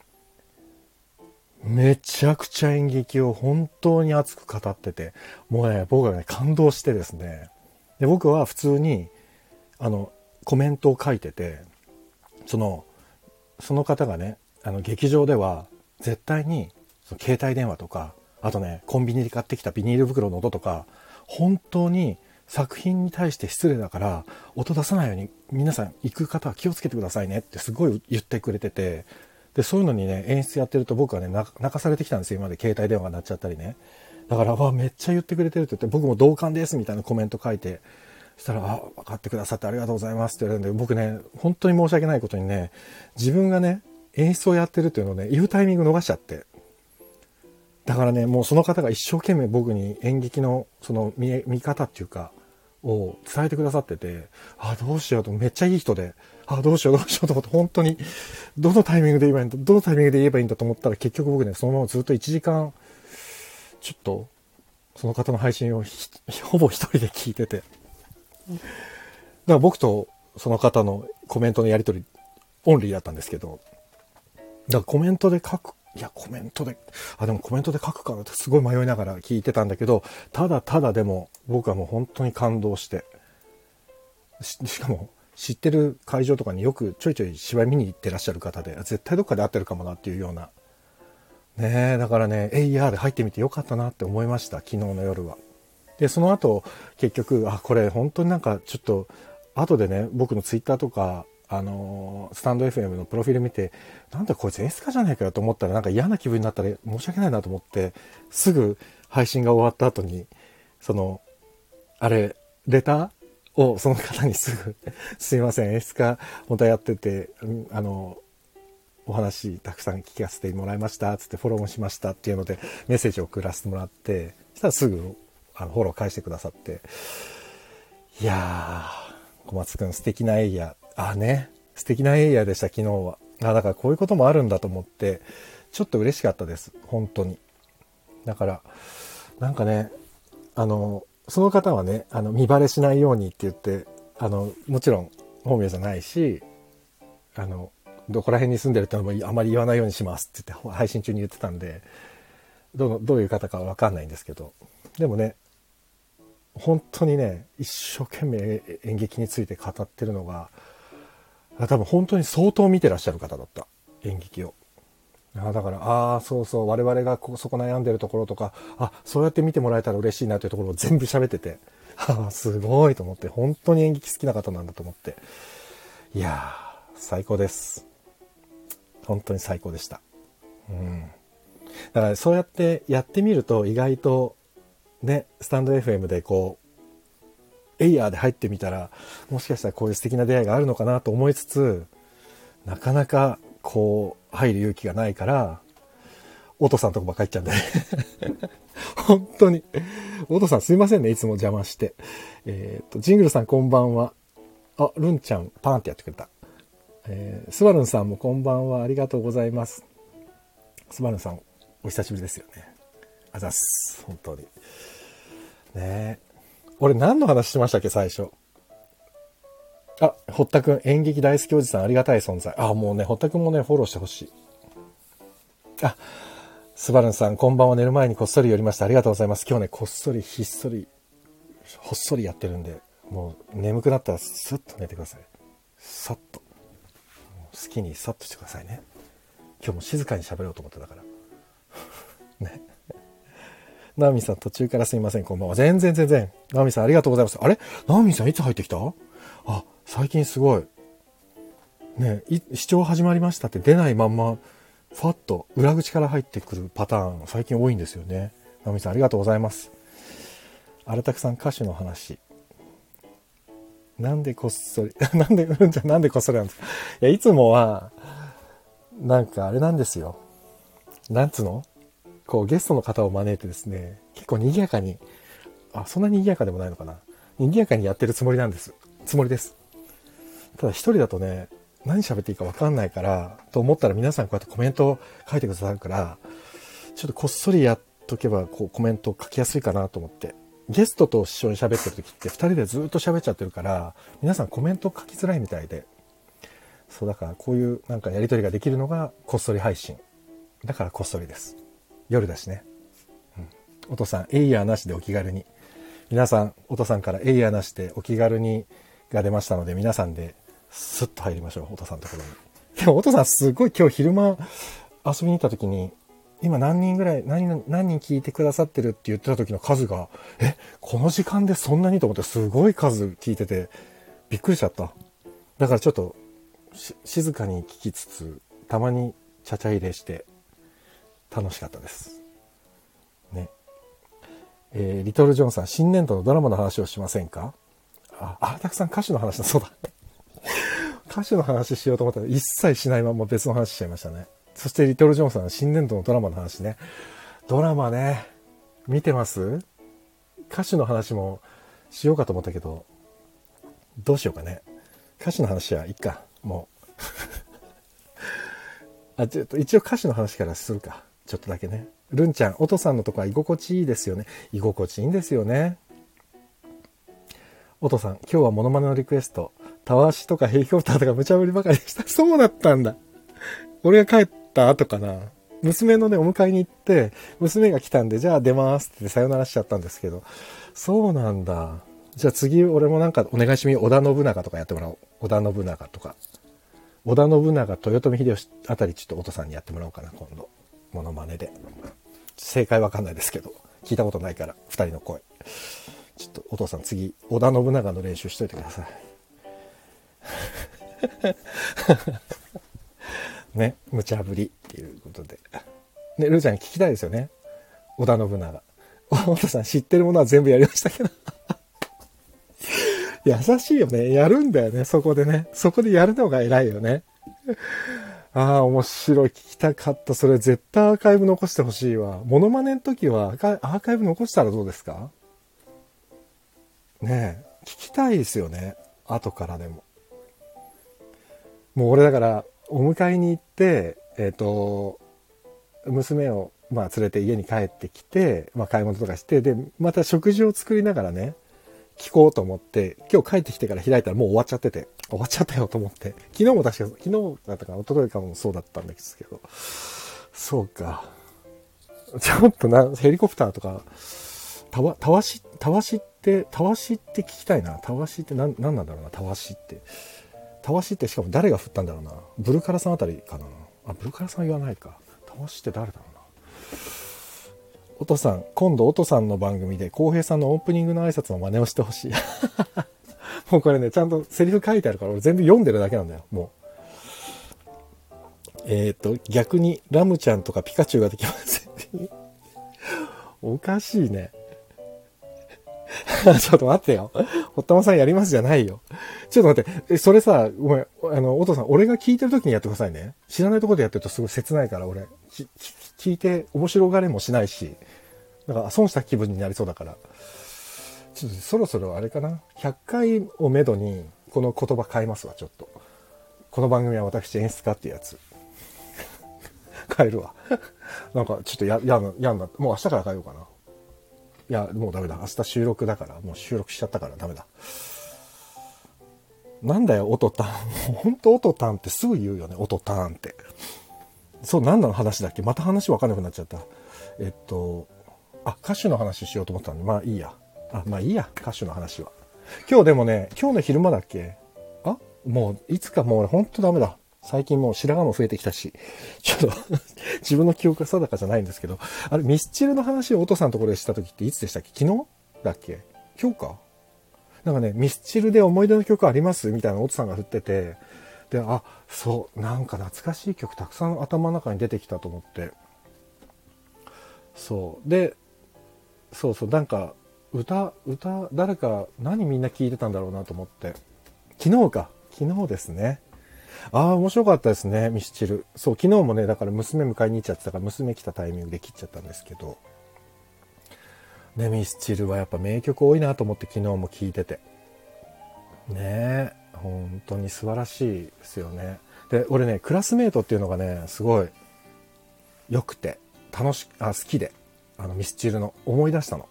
めちゃくちゃ演劇を本当に熱く語ってて、もうね、僕はね、感動してですね、で僕は普通に、あの、コメントを書いてて、その、その方がね、あの、劇場では、絶対に、その携帯電話とか、あとね、コンビニで買ってきたビニール袋の音とか、本当に作品に対して失礼だから、音出さないように皆さん行く方は気をつけてくださいねってすごい言ってくれてて、で、そういうのにね、演出やってると僕はね、泣かされてきたんですよ、今まで携帯電話が鳴っちゃったりね。だから、わ、めっちゃ言ってくれてるって言って、僕も同感ですみたいなコメント書いて、そしたら、あ、分かってくださってありがとうございますって言われるんで、僕ね、本当に申し訳ないことにね、自分がね、演出をやってるっていうのをね、言うタイミング逃しちゃって。だからね、もうその方が一生懸命僕に演劇のその見、見方っていうか、を伝えてくださってて、あ、どうしようと、めっちゃいい人で、あ、どうしようどうしようと思って、本当に、どのタイミングで言えばいいんだ、どのタイミングで言えばいいんだと思ったら、結局僕ね、そのままずっといちじかん、ちょっと、その方の配信をほぼ一人で聞いてて。だから僕とその方のコメントのやり取り、オンリーだったんですけど、だからコメントで書く、いや、コメントで、あ、でもコメントで書くかなってすごい迷いながら聞いてたんだけど、ただただでも僕はもう本当に感動して、し, しかも知ってる会場とかによくちょいちょい芝居見に行ってらっしゃる方で、絶対どっかで会ってるかもなっていうような。ねえ、だからね、エーイーアール で入ってみてよかったなって思いました、昨日の夜は。で、その後、結局、あ、これ本当になんかちょっと、後でね、僕のツイッターとか、あのー、スタンド エフエム のプロフィール見て、なんだこいつ演出家じゃないかよと思ったら、なんか嫌な気分になったら申し訳ないなと思って、すぐ配信が終わった後に、その、あれ、レターをその方にすぐ、すいません、演出家、本当はやってて、あの、お話たくさん聞かせてもらいました、つってフォローもしましたっていうので、メッセージを送らせてもらって、そしたらすぐ、あの、フォロー返してくださって、いやー、小松くん素敵なエイヤー、あね、素敵なエイヤーでした、昨日は。あ、だからこういうこともあるんだと思って、ちょっと嬉しかったです、本当に。だから、なんかね、あの、その方はね、あの、見バレしないようにって言って、あの、もちろん本名じゃないし、あの、どこら辺に住んでるってのもあまり言わないようにしますって言って配信中に言ってたんで、どの、どういう方かはわかんないんですけど、でもね、本当にね、一生懸命演劇について語ってるのが、多分本当に相当見てらっしゃる方だった、演劇を。あ、だから、ああ、そうそう、我々がこそこ悩んでるところとか、あ、そうやって見てもらえたら嬉しいなというところを全部喋ってて、ああ、すごいと思って、本当に演劇好きな方なんだと思って。いやー、最高です。本当に最高でした。うん。だからそうやってやってみると意外とね、スタンド エフエム でこうエイヤーで入ってみたら、もしかしたらこういう素敵な出会いがあるのかなと思いつつ、なかなかこう入る勇気がないから、オトさんとこばっかり行っちゃうんだね。本当に。オトさんすいませんね、いつも邪魔して。えっと、ジングルさんこんばんは。あ、ルンちゃんパーンってやってくれた。えー、スバルンさんもこんばんは、ありがとうございます。スバルンさんお久しぶりですよね。あざっす、本当に。ねえ。俺何の話しましたっけ、最初。あ、堀田くん、演劇大好きおじさん、ありがたい存在。あ、もうね、堀田くんもね、フォローしてほしい。あ、 スバルンさん、こんばんは。寝る前にこっそり寄りました。ありがとうございます。今日ね、こっそり、ひっそり、ほっそりやってるんで、もう眠くなったらスッと寝てください。さっと。好きにさっとしてくださいね。今日も静かに喋ろうと思ってたから。ね。ナオミさん、途中からすみません。こんばんは。全然全然。ナオミさん、ありがとうございます。あれナオミさん、いつ入ってきた？あ、最近すごい。ね、視聴始まりましたって出ないまんま、ファッと裏口から入ってくるパターン、最近多いんですよね。ナオミさん、ありがとうございます。荒拓さん、歌手の話。なんでこっそり、なんで、うんちゃん、なんでこっそりなんですか？いや、いつもは、なんかあれなんですよ。なんつうの？こう、ゲストの方を招いてですね、結構賑やかに、あ、そんな賑やかでもないのかな。賑やかにやってるつもりなんです。つもりです。ただ一人だとね、何喋っていいか分かんないから、と思ったら皆さんこうやってコメントを書いてくださるから、ちょっとこっそりやっとけば、こう、コメントを書きやすいかなと思って。ゲストと一緒に喋ってる時ってふたりでずっと喋っちゃってるから、皆さんコメント書きづらいみたいで。そう、だからこういうなんかやり取りができるのがこっそり配信。だからこっそりです。夜だしね。うん、お父さん、エイヤーなしでお気軽に。皆さん、お父さんからエイヤーなしでお気軽にが出ましたので、皆さんでスッと入りましょう、お父さんのところに。でもお父さんすごい今日昼間遊びに行った時に、今何人ぐらい、何、何人聞いてくださってるって言ってた時の数が、え、この時間でそんなにと思ってすごい数聞いてて、びっくりしちゃった。だからちょっと、静かに聞きつつ、たまにちゃちゃ入れして、楽しかったです。ね。えー、リトルジョンさん、新年度のドラマの話をしませんか？あ、あ、たくさん歌手の話だ、そうだ。歌手の話しようと思ったら一切しないまま別の話しちゃいましたね。そしてリトルジョンさん、新年度のドラマの話ね。ドラマね、見てます？歌手の話もしようかと思ったけど、どうしようかね。歌手の話はいいか、もう。あ、ちょっと一応歌手の話からするか。ちょっとだけね。ルンちゃん、おとさんのとこは居心地いいですよね。居心地いいんですよね。おとさん、今日はモノマネのリクエスト。タワシとかヘリコプターとか無茶ぶりばかりでした。そうだったんだ。俺が帰った後かな。娘のね、お迎えに行って、娘が来たんで、じゃあ出ますってさよならしちゃったんですけど。そうなんだ。じゃあ次、俺もなんかお願いしみ、織田信長とかやってもらおう。織田信長とか。織田信長、豊臣秀吉あたりちょっとおとさんにやってもらおうかな、今度。モノマネで。正解わかんないですけど。聞いたことないから、二人の声。ちょっとお父さん次、織田信長の練習しといてください。ね、無茶ぶりっていうことで。ね、ルーちゃん聞きたいですよね。織田信長。お父さん知ってるものは全部やりましたけど。優しいよね。やるんだよね、そこでね。そこでやるのが偉いよね。ああ、面白い。聞きたかった。それ絶対アーカイブ残してほしいわ。モノマネの時はアーカイブ残したらどうですか？ねえ、聞きたいですよね。後からでも。もう俺だから、お迎えに行って、えっと、娘を、まあ、連れて家に帰ってきて、まあ、買い物とかして、で、また食事を作りながらね、聞こうと思って、今日帰ってきてから開いたらもう終わっちゃってて、終わっちゃったよと思って、昨日も確か、昨日だったかな、一昨日かもそうだったんですけど、そうか。ちょっとな、ヘリコプターとか、たわ、たわし、たわしって、たわしって聞きたいな。たわしって何、何なんだろうな、たわしって。たわしってしかも誰が振ったんだろうな。ブルカラさんあたりかな。あ、ブルカラさん言わないか。たわしって誰だろうな。おとさん、今度おとさんの番組で浩平さんのオープニングの挨拶の真似をしてほしい。もうこれね、ちゃんとセリフ書いてあるから俺全部読んでるだけなんだよ、もう。えっと、逆にラムちゃんとかピカチュウができません。おかしいね。ちょっと待ってよ。ほったまさんやりますじゃないよ。ちょっと待って。え、それさ、ごめん。あの、お父さん、俺が聞いてる時にやってくださいね。知らないところでやってるとすごい切ないから、俺。き聞いて面白がれもしないし。なんか損した気分になりそうだから。ちょっとそろそろあれかな。ひゃっかいをめどに、この言葉変えますわ、ちょっと。この番組は私演出家ってやつ。変えるわ。なんかちょっとや、やん、やんな。もう明日から変えようかな。いや、もうダメだ。明日収録だから。もう収録しちゃったからダメだ。なんだよ、オトタン。ほんとオトタンってすぐ言うよね、オトタンって。そう、何の話だっけ？また話わかんなくなっちゃった。 えっと、あ、歌手の話しようと思ったんで、まあいいや。あ、まあいいや、歌手の話は。今日でもね、今日の昼間だっけ？あ、もう、いつかもう俺ほんとダメだ。最近もう白髪も増えてきたし、ちょっと自分の記憶が定かじゃないんですけど、あれ、ミスチルの話をお父さんのところでした時っていつでしたっけ？昨日だっけ？今日か？なんかね、ミスチルで思い出の曲ありますみたいなお父さんが振ってて、で、あ、そう、なんか懐かしい曲たくさん頭の中に出てきたと思って。そう。で、そうそう、なんか、歌、歌、誰か、何みんな聞いてたんだろうなと思って。昨日か。昨日ですね。ああ、面白かったですね、ミスチル。そう、昨日もね、だから娘迎えに行っちゃってたから、娘来たタイミングで切っちゃったんですけど。ね、ミスチルはやっぱ名曲多いなと思って昨日も聞いてて。ねえ、本当に素晴らしいですよね。で、俺ね、クラスメートっていうのがね、すごい良くて、楽し、あ、好きで、あの、ミスチルの思い出したの。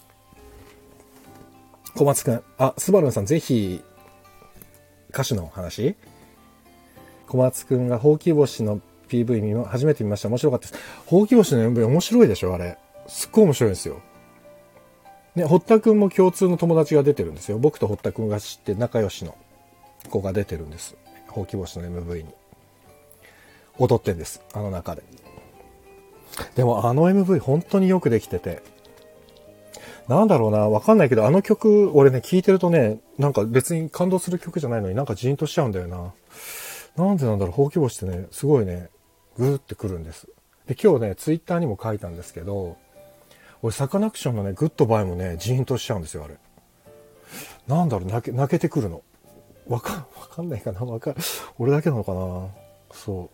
小松くん、あ、スバルンさんぜひ、歌手の話？小松くんがほうき星の ピーブイ 見ま、初めて見ました。面白かったです。ほうき星の エムブイ 面白いでしょあれ。すっごい面白いんですよ。ね、堀田くんも共通の友達が出てるんですよ。僕と堀田くんが知って仲良しの子が出てるんです。ほうき星の エムブイ に。踊ってんです。あの中で。でもあの エムブイ 本当によくできてて。なんだろうな、わかんないけど、あの曲、俺ね、聴いてるとね、なんか別に感動する曲じゃないのになんかジーンとしちゃうんだよな。なんでなんだろう、ほうき星ってね、すごいね、グーってくるんです。で、今日ね、ツイッターにも書いたんですけど、俺、サカナクションのね、グッドバイもね、ジーンとしちゃうんですよ、あれ。なんだろう、泣け、泣けてくるの。わかん、わかんないかな、わかん、俺だけなのかな。そう、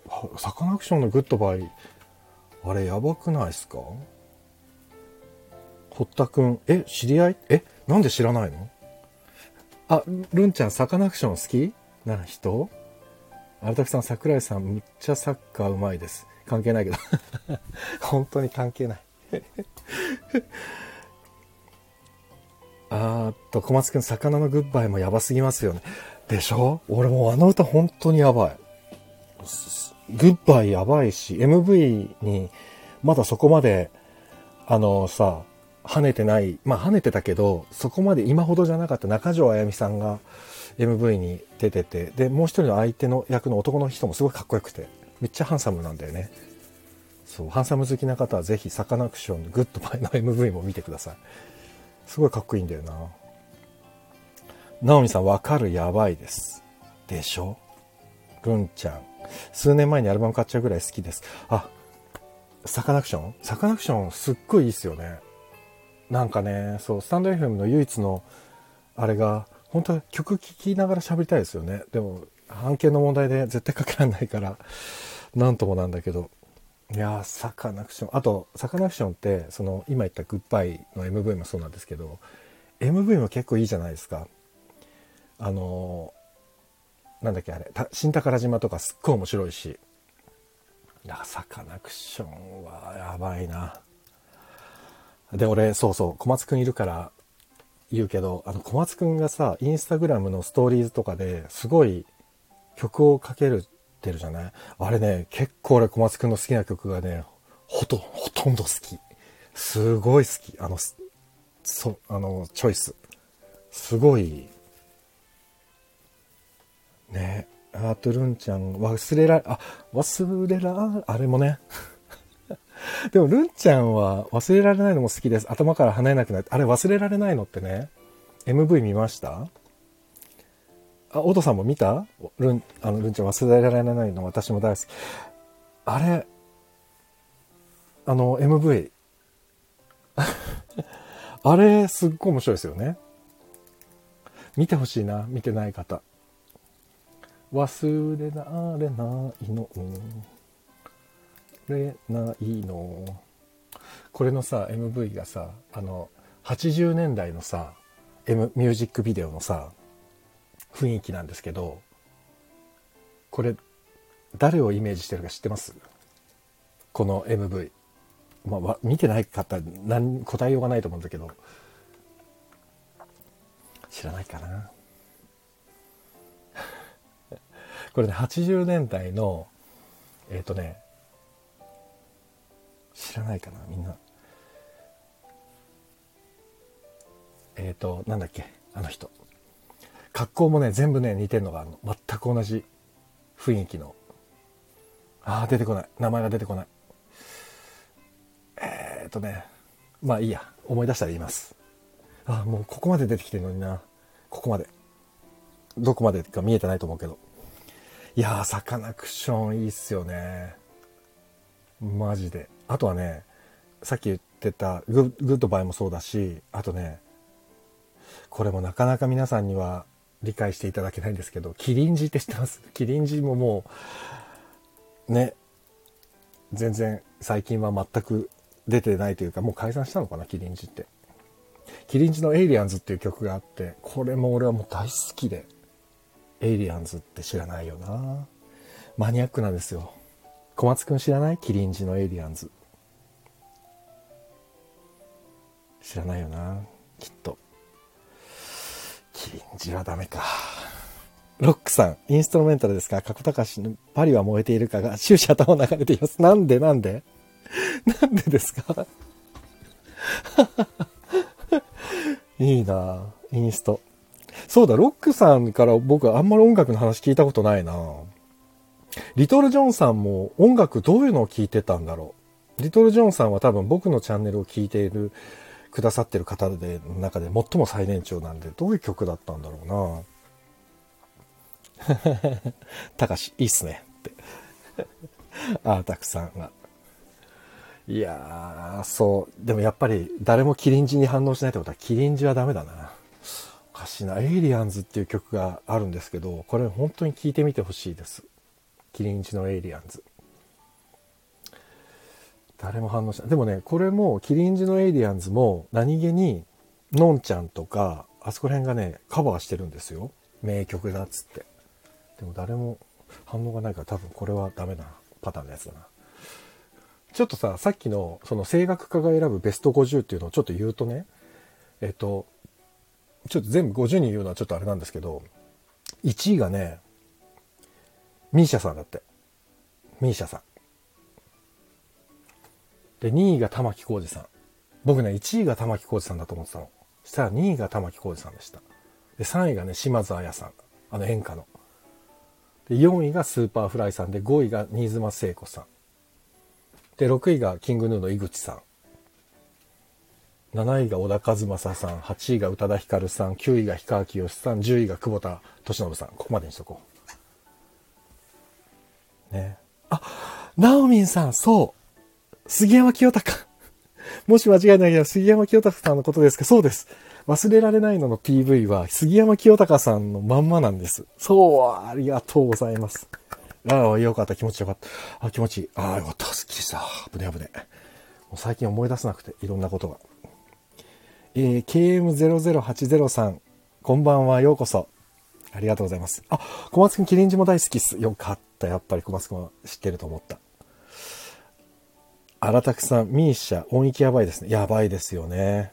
サカナクションのグッドバイ、あれ、やばくないっすか？堀田くん、え、知り合い？え、なんで知らないの？あ、ルンちゃん、サカナクション好きな人？荒滝さん、桜井さん、むっちゃサッカーうまいです。関係ないけど。本当に関係ない。あーっと、小松くん、魚のグッバイもやばすぎますよね。でしょ？俺もうあの歌本当にやばい。グッバイやばいし、エムブイ にまだそこまで、あのさ、跳ねてない、まあ跳ねてたけど、そこまで今ほどじゃなかった中条あやみさんが エムブイ に出てて、で、もう一人の相手の役の男の人もすごいかっこよくて、めっちゃハンサムなんだよね。そう、ハンサム好きな方はぜひサカナクションのグッドバイの エムブイ も見てください。すごいかっこいいんだよな。ナオミさん、わかる、やばいです。でしょ？ルンちゃん。数年前にアルバム買っちゃうぐらい好きです。あ、サカナクションサカナクションすっごいいいっすよね。なんかね、そう、スタンド エフエム の唯一の、あれが、本当は曲聴きながら喋りたいですよね。でも、版権の問題で絶対かけられないから、なんともなんだけど。いやー、サカナクション。あと、サカナクションって、その、今言ったグッバイの エムブイ もそうなんですけど、エムブイ も結構いいじゃないですか。あのー、なんだっけあれ、新宝島とかすっごい面白いし。いや、サカナクションはやばいな。で、俺、そうそう、小松くんいるから言うけど、あの、小松くんがさ、インスタグラムのストーリーズとかですごい曲をかけるってるじゃない？あれね、結構俺小松くんの好きな曲がね、ほと、ほとんど好き。すごい好き。あの、そ、あの、チョイス。すごい、ね。あと、ルンちゃん、忘れられ、あ、忘れら、あれもね。でも、ルンちゃんは忘れられないのも好きです。頭から離れなくなって。あれ、忘れられないのってね、エムブイ 見ました？あ、オドさんも見た？ルン、あの、ルンちゃん忘れられないの私も大好き。あれ、あの、エムブイ。あれ、すっごい面白いですよね。見てほしいな、見てない方。忘れられないの。れないの。これのさ、エムブイ がさ、あの、はちじゅうねんだいのさ、M、ミュージックビデオのさ、雰囲気なんですけど、これ、誰をイメージしてるか知ってます？この エムブイ。まあ、見てない方、何、答えようがないと思うんだけど、知らないかな。これね、はちじゅうねんだいの、えっとね、 知らないかなみんな。えっとなんだっけ、あの人、格好もね全部ね似てるのがあるの。全く同じ雰囲気の、あー出てこない、名前が出てこない。えっとねまあいいや、思い出したら言います。あ、もうここまで出てきてるのにな。ここまでどこまでか見えてないと思うけど、いやーサカナクションいいっすよねマジで。あとはね、さっき言ってたグッ、グッドバイもそうだし、あとね、これもなかなか皆さんには理解していただけないんですけど、キリンジって知ってます？キリンジももうね、全然最近は全く出てないというか、もう解散したのかな、キリンジって。キリンジのエイリアンズっていう曲があって、これも俺はもう大好きで。エイリアンズって知らないよな。マニアックなんですよ。小松くん知らない？キリンジのエイリアンズ知らないよな、きっと。キリンジはダメか。ロックさん、インストロメンタルですか？角隆のパリは燃えているかが終始頭を流れています。なんでなんでなんでですかいいなインスト。そうだ、ロックさんから僕あんまり音楽の話聞いたことないな。リトル・ジョンさんも音楽どういうのを聞いてたんだろう。リトル・ジョンさんは多分僕のチャンネルを聞いているくださってる方で中で最も最年長なんで、どういう曲だったんだろうな。たかしいいっすねってああたくさんが、いやーそうでもやっぱり誰もキリンジに反応しないってことはキリンジはダメだな。おかしいな。エイリアンズっていう曲があるんですけど、これ本当に聴いてみてほしいです。キリンジのエイリアンズ。誰も反応しない。でもね、これもキリンジのエイリアンズも何気にのんちゃんとかあそこら辺がねカバーしてるんですよ、名曲だっつって。でも誰も反応がないから、多分これはダメなパターンのやつだな。ちょっとさ、さっきのその声楽家が選ぶベストごじゅうっていうのをちょっと言うとね、えっとちょっと全部ごじゅうにん言うのはちょっとあれなんですけど、いちいがねミーシャさんだって。ミーシャさんで、にいが玉置浩二さん。僕ねいちいが玉置浩二さんだと思ってたの。そしたらにいが玉置浩二さんでした。でさんいがね島津亜矢さん、あの演歌の。でよんいがスーパーフライさんで、ごいが新妻聖子さんで、ろくいがキングヌーの井口さん、なないが小田和正さん、はちいが宇多田ヒカルさん、きゅういが氷川きよしさん、じゅういが久保田利伸さん。ここまでにしとこうね。あ、ナオミンさん、そう杉山清隆もし間違いないけど杉山清隆さんのことですか？そうです。忘れられないのの ピーブイ は杉山清隆さんのまんまなんです。そう、ありがとうございます。ああ、よかった。気持ちよかった。あ、気持ちいい。ああ、よかった。好きでした。危ね危ね。もう最近思い出せなくて、いろんなことが。えー、ケーエムゼロゼロはちゼロ さん、こんばんは。ようこそ。ありがとうございます。あ、小松くん、キリンジも大好きっす。よかった。やっぱり小松くんは知ってると思った。荒拓さん、ミーシャ、音域やばいですね。やばいですよね。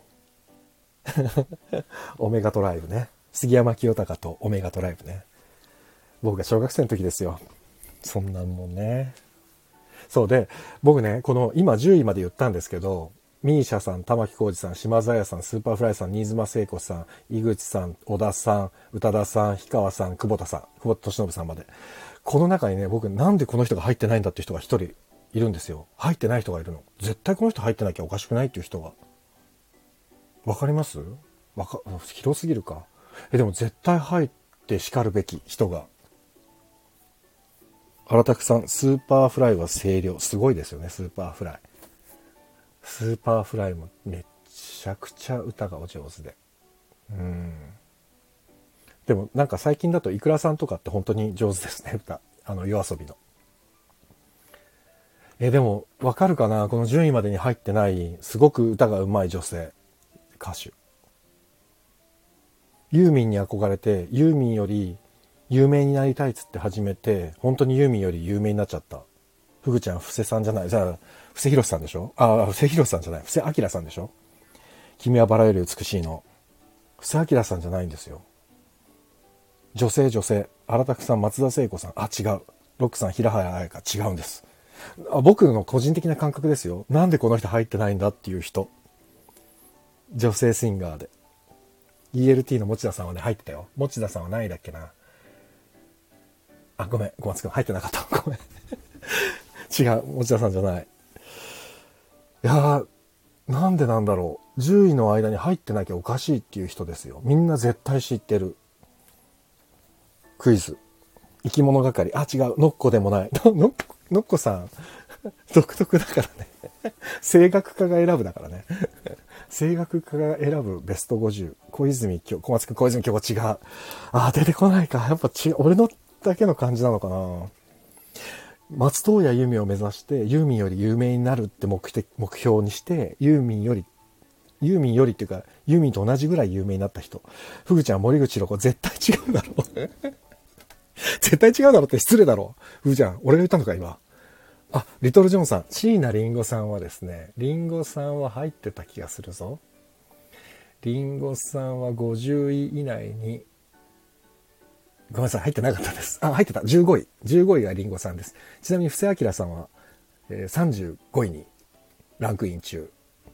オメガトライブね。杉山清隆とオメガトライブね。僕が小学生の時ですよ。そんなんもんね。そうで、僕ね、この今じゅういまで言ったんですけど、ミーシャさん、玉置浩二さん、島津亜矢さん、スーパーフライさん、新妻聖子さん、井口さん、小田さん、宇多田さん、氷川さん、久保田さん、久保田利伸さんまで。この中にね、僕なんでこの人が入ってないんだっていう人が一人いるんですよ。入ってない人がいるの。絶対この人入ってなきゃおかしくないっていう人が。わかります？わか、広すぎるか。え、でも絶対入って叱るべき人が。荒拓さん、スーパーフライは声量すごいですよね。スーパーフライ、スーパーフライもめちゃくちゃ歌がお上手で、うん。でもなんか最近だとイクラさんとかって本当に上手ですね、歌。あの夜遊びの。えでもわかるかな、この順位までに入ってないすごく歌が上手い女性歌手。ユーミンに憧れて、ユーミンより有名になりたいっつって始めて、本当にユーミンより有名になっちゃった。フグちゃん、布施さんじゃない、じゃあ布施宏さんでしょ。ああ、布施宏さんじゃない、布施明さんでしょ。君はバラより美しいの布施明さんじゃないんですよ。女性女性。荒拓さん、松田聖子さん、あ違う。ロックさん、平原綾香、違うんです。 あ、僕の個人的な感覚ですよ。なんでこの人入ってないんだっていう人。女性シンガーで。イーエルティー の持田さんはね、入ってたよ。持田さんは何位だっけな。あ、ごめん、小松くん入ってなかった。ごめん。違う、持田さんじゃない。いやー、なんでなんだろう。じゅういの間に入ってなきゃおかしいっていう人ですよ。みんな絶対知ってる。クイズ。生き物係。あ、違う。ノッコでもない。ノッコ、ノッコさん、独特だからね。声楽家が選ぶだからね。声楽家が選ぶベストごじゅう。小泉今日、小松くん小泉今日は違う。あ、出てこないか。やっぱ違う。俺のだけの感じなのかな。松任谷由実を目指して、ユーミンより有名になるって目的、目標にして、ユーミンより、ユーミンよりっていうか、ユーミンと同じぐらい有名になった人。フグちゃん、森口の子、絶対違うだろう。絶対違うだろうって失礼だろう。フグちゃん、俺が言ったのか、今。あ、リトルジョンさん、椎名林檎さんはですね、林檎さんは入ってた気がするぞ。林檎さんはごじゅうい以内に、ごめんなさい、入ってなかったです。あ、入ってた。じゅうごい。じゅうごいが林檎さんです。ちなみに布施明さんは、えー、さんじゅうごいにランクイン中。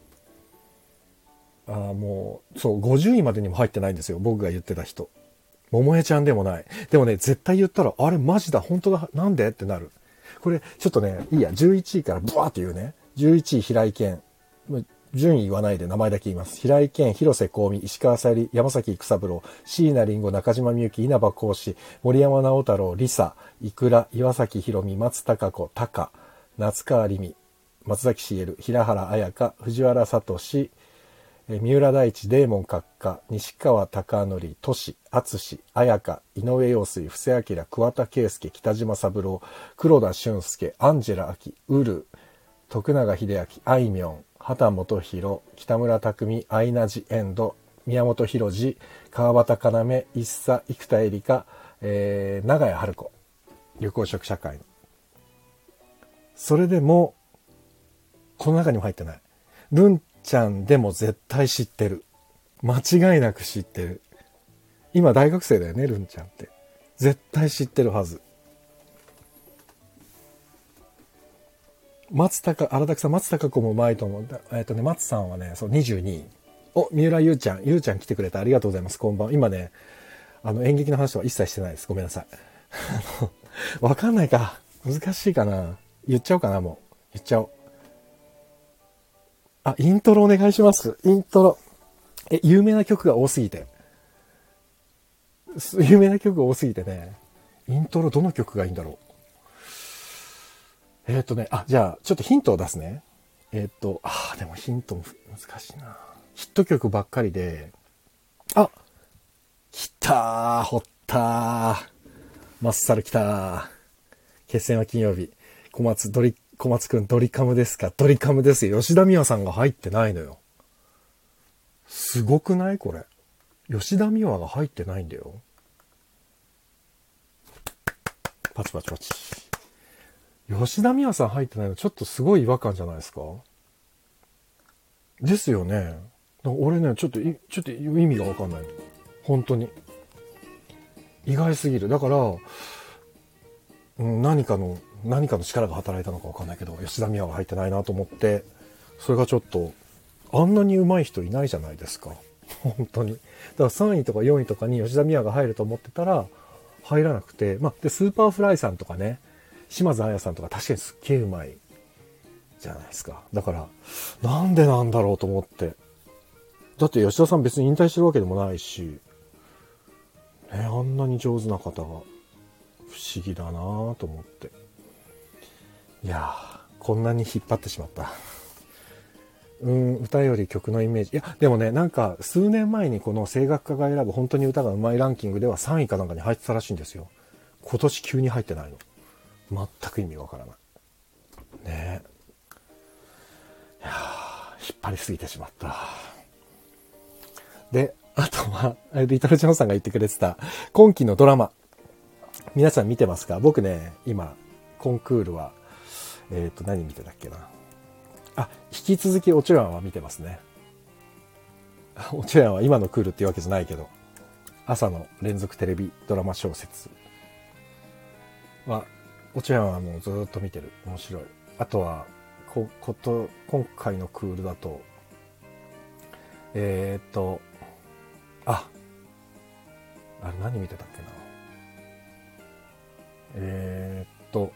あ、もう、そう、ごじゅういまでにも入ってないんですよ。僕が言ってた人。桃江ちゃんでもない。でもね、絶対言ったら、あれマジだ、本当だ、なんでってなる。これ、ちょっとね、いいや、じゅういちいからブワーって言うね。じゅういちい平井堅。順位言わないで名前だけ言います。平井堅、広瀬香美、石川さゆり、山崎育三郎、椎名林檎、中島みゆき、稲葉浩志、森山直太朗、リサ、イクラ、岩崎宏美、松たか子、タカ、夏川りみ、松崎しげる、平原綾香、藤原聡、三浦大知、デーモン閣下、西川貴教、都市、淳、綾香、井上陽水、布施明、桑田佳祐、北島三郎、黒田俊介、アンジェラ・アキ、ウル、徳永英明、あいみょん、畑基博、北村匠海、アイナ・ジ・エンド、宮本浩次、川端要、一茶、生田絵梨花、えー、長屋春子、緑黄色社会の。それでも、この中にも入ってない。ルンちゃんでも絶対知ってる。間違いなく知ってる。今大学生だよね、ルンちゃんって。絶対知ってるはず。松高、荒滝さん、松高子もうまいと思う。えっとね、松さんはね、そう、にじゅうにい。お、三浦優ちゃん、優ちゃん来てくれてありがとうございます。こんばんは。今ね、あの、演劇の話は一切してないです。ごめんなさい。あの、わかんないか。難しいかな。言っちゃおうかな、もう。言っちゃおう。あ、イントロお願いします。イントロ。え、有名な曲が多すぎて。有名な曲が多すぎてね。イントロどの曲がいいんだろう。えっとね、あ、じゃあ、ちょっとヒントを出すね。えっと、あ、でもヒントも難しいな。ヒット曲ばっかりで、あ、来たー、掘ったー。まっさる来たー。決戦は金曜日。小松、ドリ、小松くんドリカムですか？ドリカムですよ。吉田美和さんが入ってないのよ。すごくないこれ。吉田美和が入ってないんだよ。パチパチパチ。吉田美和さん入ってないのちょっとすごい違和感じゃないですか？ですよね。俺ね、ちょっと、ちょっと意味がわかんない。本当に。意外すぎる。だから、うん、何かの、何かの力が働いたのかわかんないけど、吉田美和が入ってないなと思って、それがちょっと、あんなに上手い人いないじゃないですか。本当に。だからさんいとかよんいとかに吉田美和が入ると思ってたら、入らなくて、まあ、で、スーパーフライさんとかね、島津亜矢さんとか確かにすっげえうまいじゃないですか。だから、なんでなんだろうと思って。だって吉田さん別に引退してるわけでもないし、ね、あんなに上手な方が不思議だなぁと思って。いやー、こんなに引っ張ってしまった。うん、歌より曲のイメージ。いや、でもね、なんか数年前にこの声楽家が選ぶ本当に歌がうまいランキングではさんいかなんかに入ってたらしいんですよ。今年急に入ってないの。全く意味がわからない。ねえ。いやー、引っ張りすぎてしまった。で、あとは、リトルジョンさんが言ってくれてた今期のドラマ。皆さん見てますか？僕ね、今、コンクールは、えっと、何見てたっけな。あ、引き続きおちょやんは見てますね。おちょやんは今のクールっていうわけじゃないけど、朝の連続テレビドラマ小説はおちゃんはもうずっと見てる。面白い。あとはここと今回のクールだとえー、っとああれ何見てたっけな。えー、っと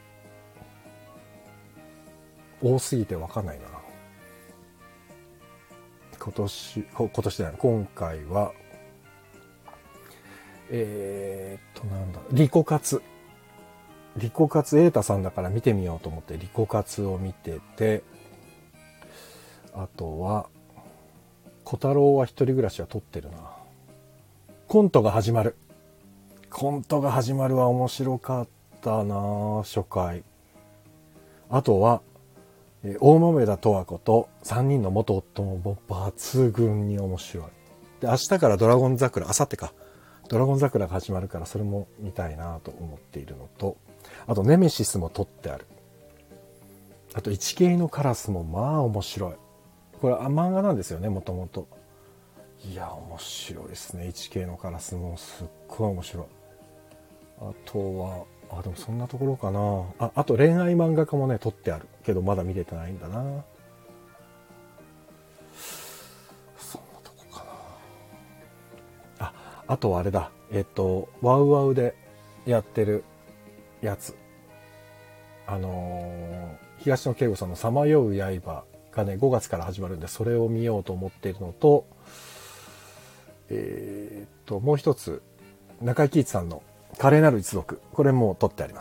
多すぎて分かんないな。今年今年じゃない今回はえー、っとなんだリコカツリコカツ瑛太さんだから見てみようと思ってリコカツを見てて、あとは小太郎は一人暮らしは撮ってるな。コントが始まるコントが始まるは面白かったな初回。あとは大豆田十和子とさんにんの元夫も抜群に面白い。で明日からドラゴン桜、明後日かドラゴン桜が始まるからそれも見たいなと思っているのと、あとネメシスも撮ってある。あとイチケイのカラスもまあ面白い。これは漫画なんですよねもともと。いや面白いですね。イチケイのカラスもすっごい面白い。あとはあでもそんなところかな。ああと恋愛漫画家もね撮ってあるけどまだ見れてないんだな。そんなとこかな。ああとはあれだえっとワウワウでやってるやつ、あのー、東野圭吾さんのさまよう刃がねごがつから始まるんでそれを見ようと思っているのと、えー、っともう一つ中井貴一さんの華麗なる一族、これも撮ってあります。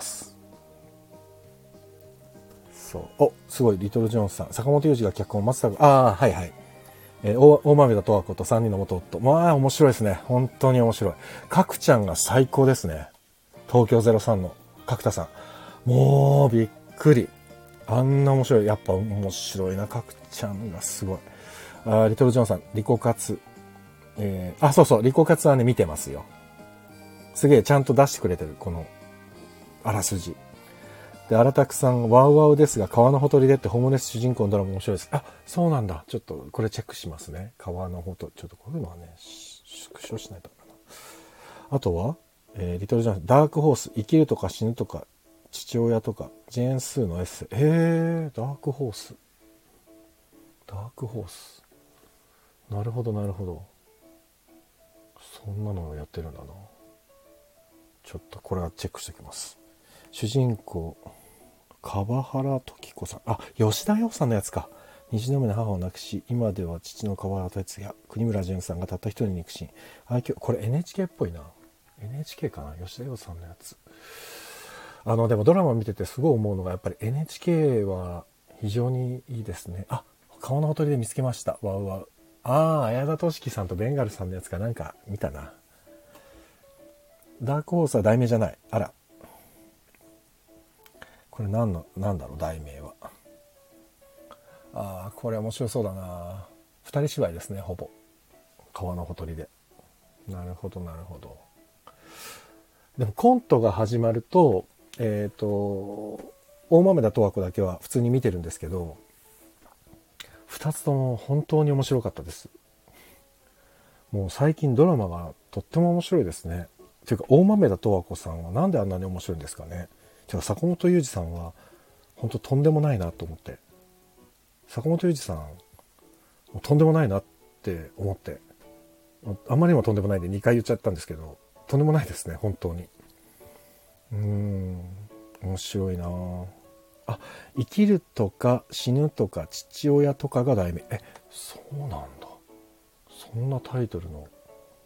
そうおすごいリトルジョーンズさん、坂本雄二が脚本、松坂ああはいはい、えー、大大豆田十和子とさんにんの元夫、まあ面白いですね。本当に面白い。角ちゃんが最高ですね。東京ゼロさんの角田さんもうびっくり。あんな面白い。やっぱ面白いな。角ちゃんがすごい。あリトルジョンさん、リコカツ。えー、あ、そうそう、リコカツはね、見てますよ。すげえ、ちゃんと出してくれてる。この、あらすじ。で、荒拓さん、ワウワウですが、川のほとりでってホームレス主人公のドラマ面白いです。あ、そうなんだ。ちょっと、これチェックしますね。川のほとり。ちょっとこういうのはね、縮小しないとかな。あとは、えー、リトルジョンさん、ダークホース、生きるとか死ぬとか、父親とかジェーン・スーのエッセイ。えー、ダークホースダークホースなるほどなるほど、そんなのをやってるんだな。ちょっとこれはチェックしておきます。主人公川原時子さん、あ吉田洋さんのやつか。虹の目の母を亡くし今では父の川原哲也、国村淳さんがたった一人に肉親愛嬌、これ エヌエイチケー っぽいな。 エヌエイチケー かな、吉田洋さんのやつ。あのでもドラマ見ててすごい思うのがやっぱり エヌエイチケー は非常にいいですね。あ、川のほとりで見つけました。ワウワウ。ああ、綾田俊樹さんとベンガルさんのやつかなんか見たな。ダークホースは題名じゃない。あら。これ何の、なんだろう題名は。ああ、これ面白そうだな。二人芝居ですね、ほぼ。川のほとりで。なるほど、なるほど。でもコントが始まると、えっと、大豆田十和子だけは普通に見てるんですけど、二つとも本当に面白かったです。もう最近ドラマがとっても面白いですね。ていうか大豆田十和子さんはなんであんなに面白いんですかね。てか坂本雄二さんは本当とんでもないなと思って。坂本雄二さんとんでもないなって思って。あんまりにもとんでもないんでにかい言っちゃったんですけど、とんでもないですね本当に。うーん面白いなあ。生きるとか死ぬとか父親とかが題名。えそうなんだ。そんなタイトルの。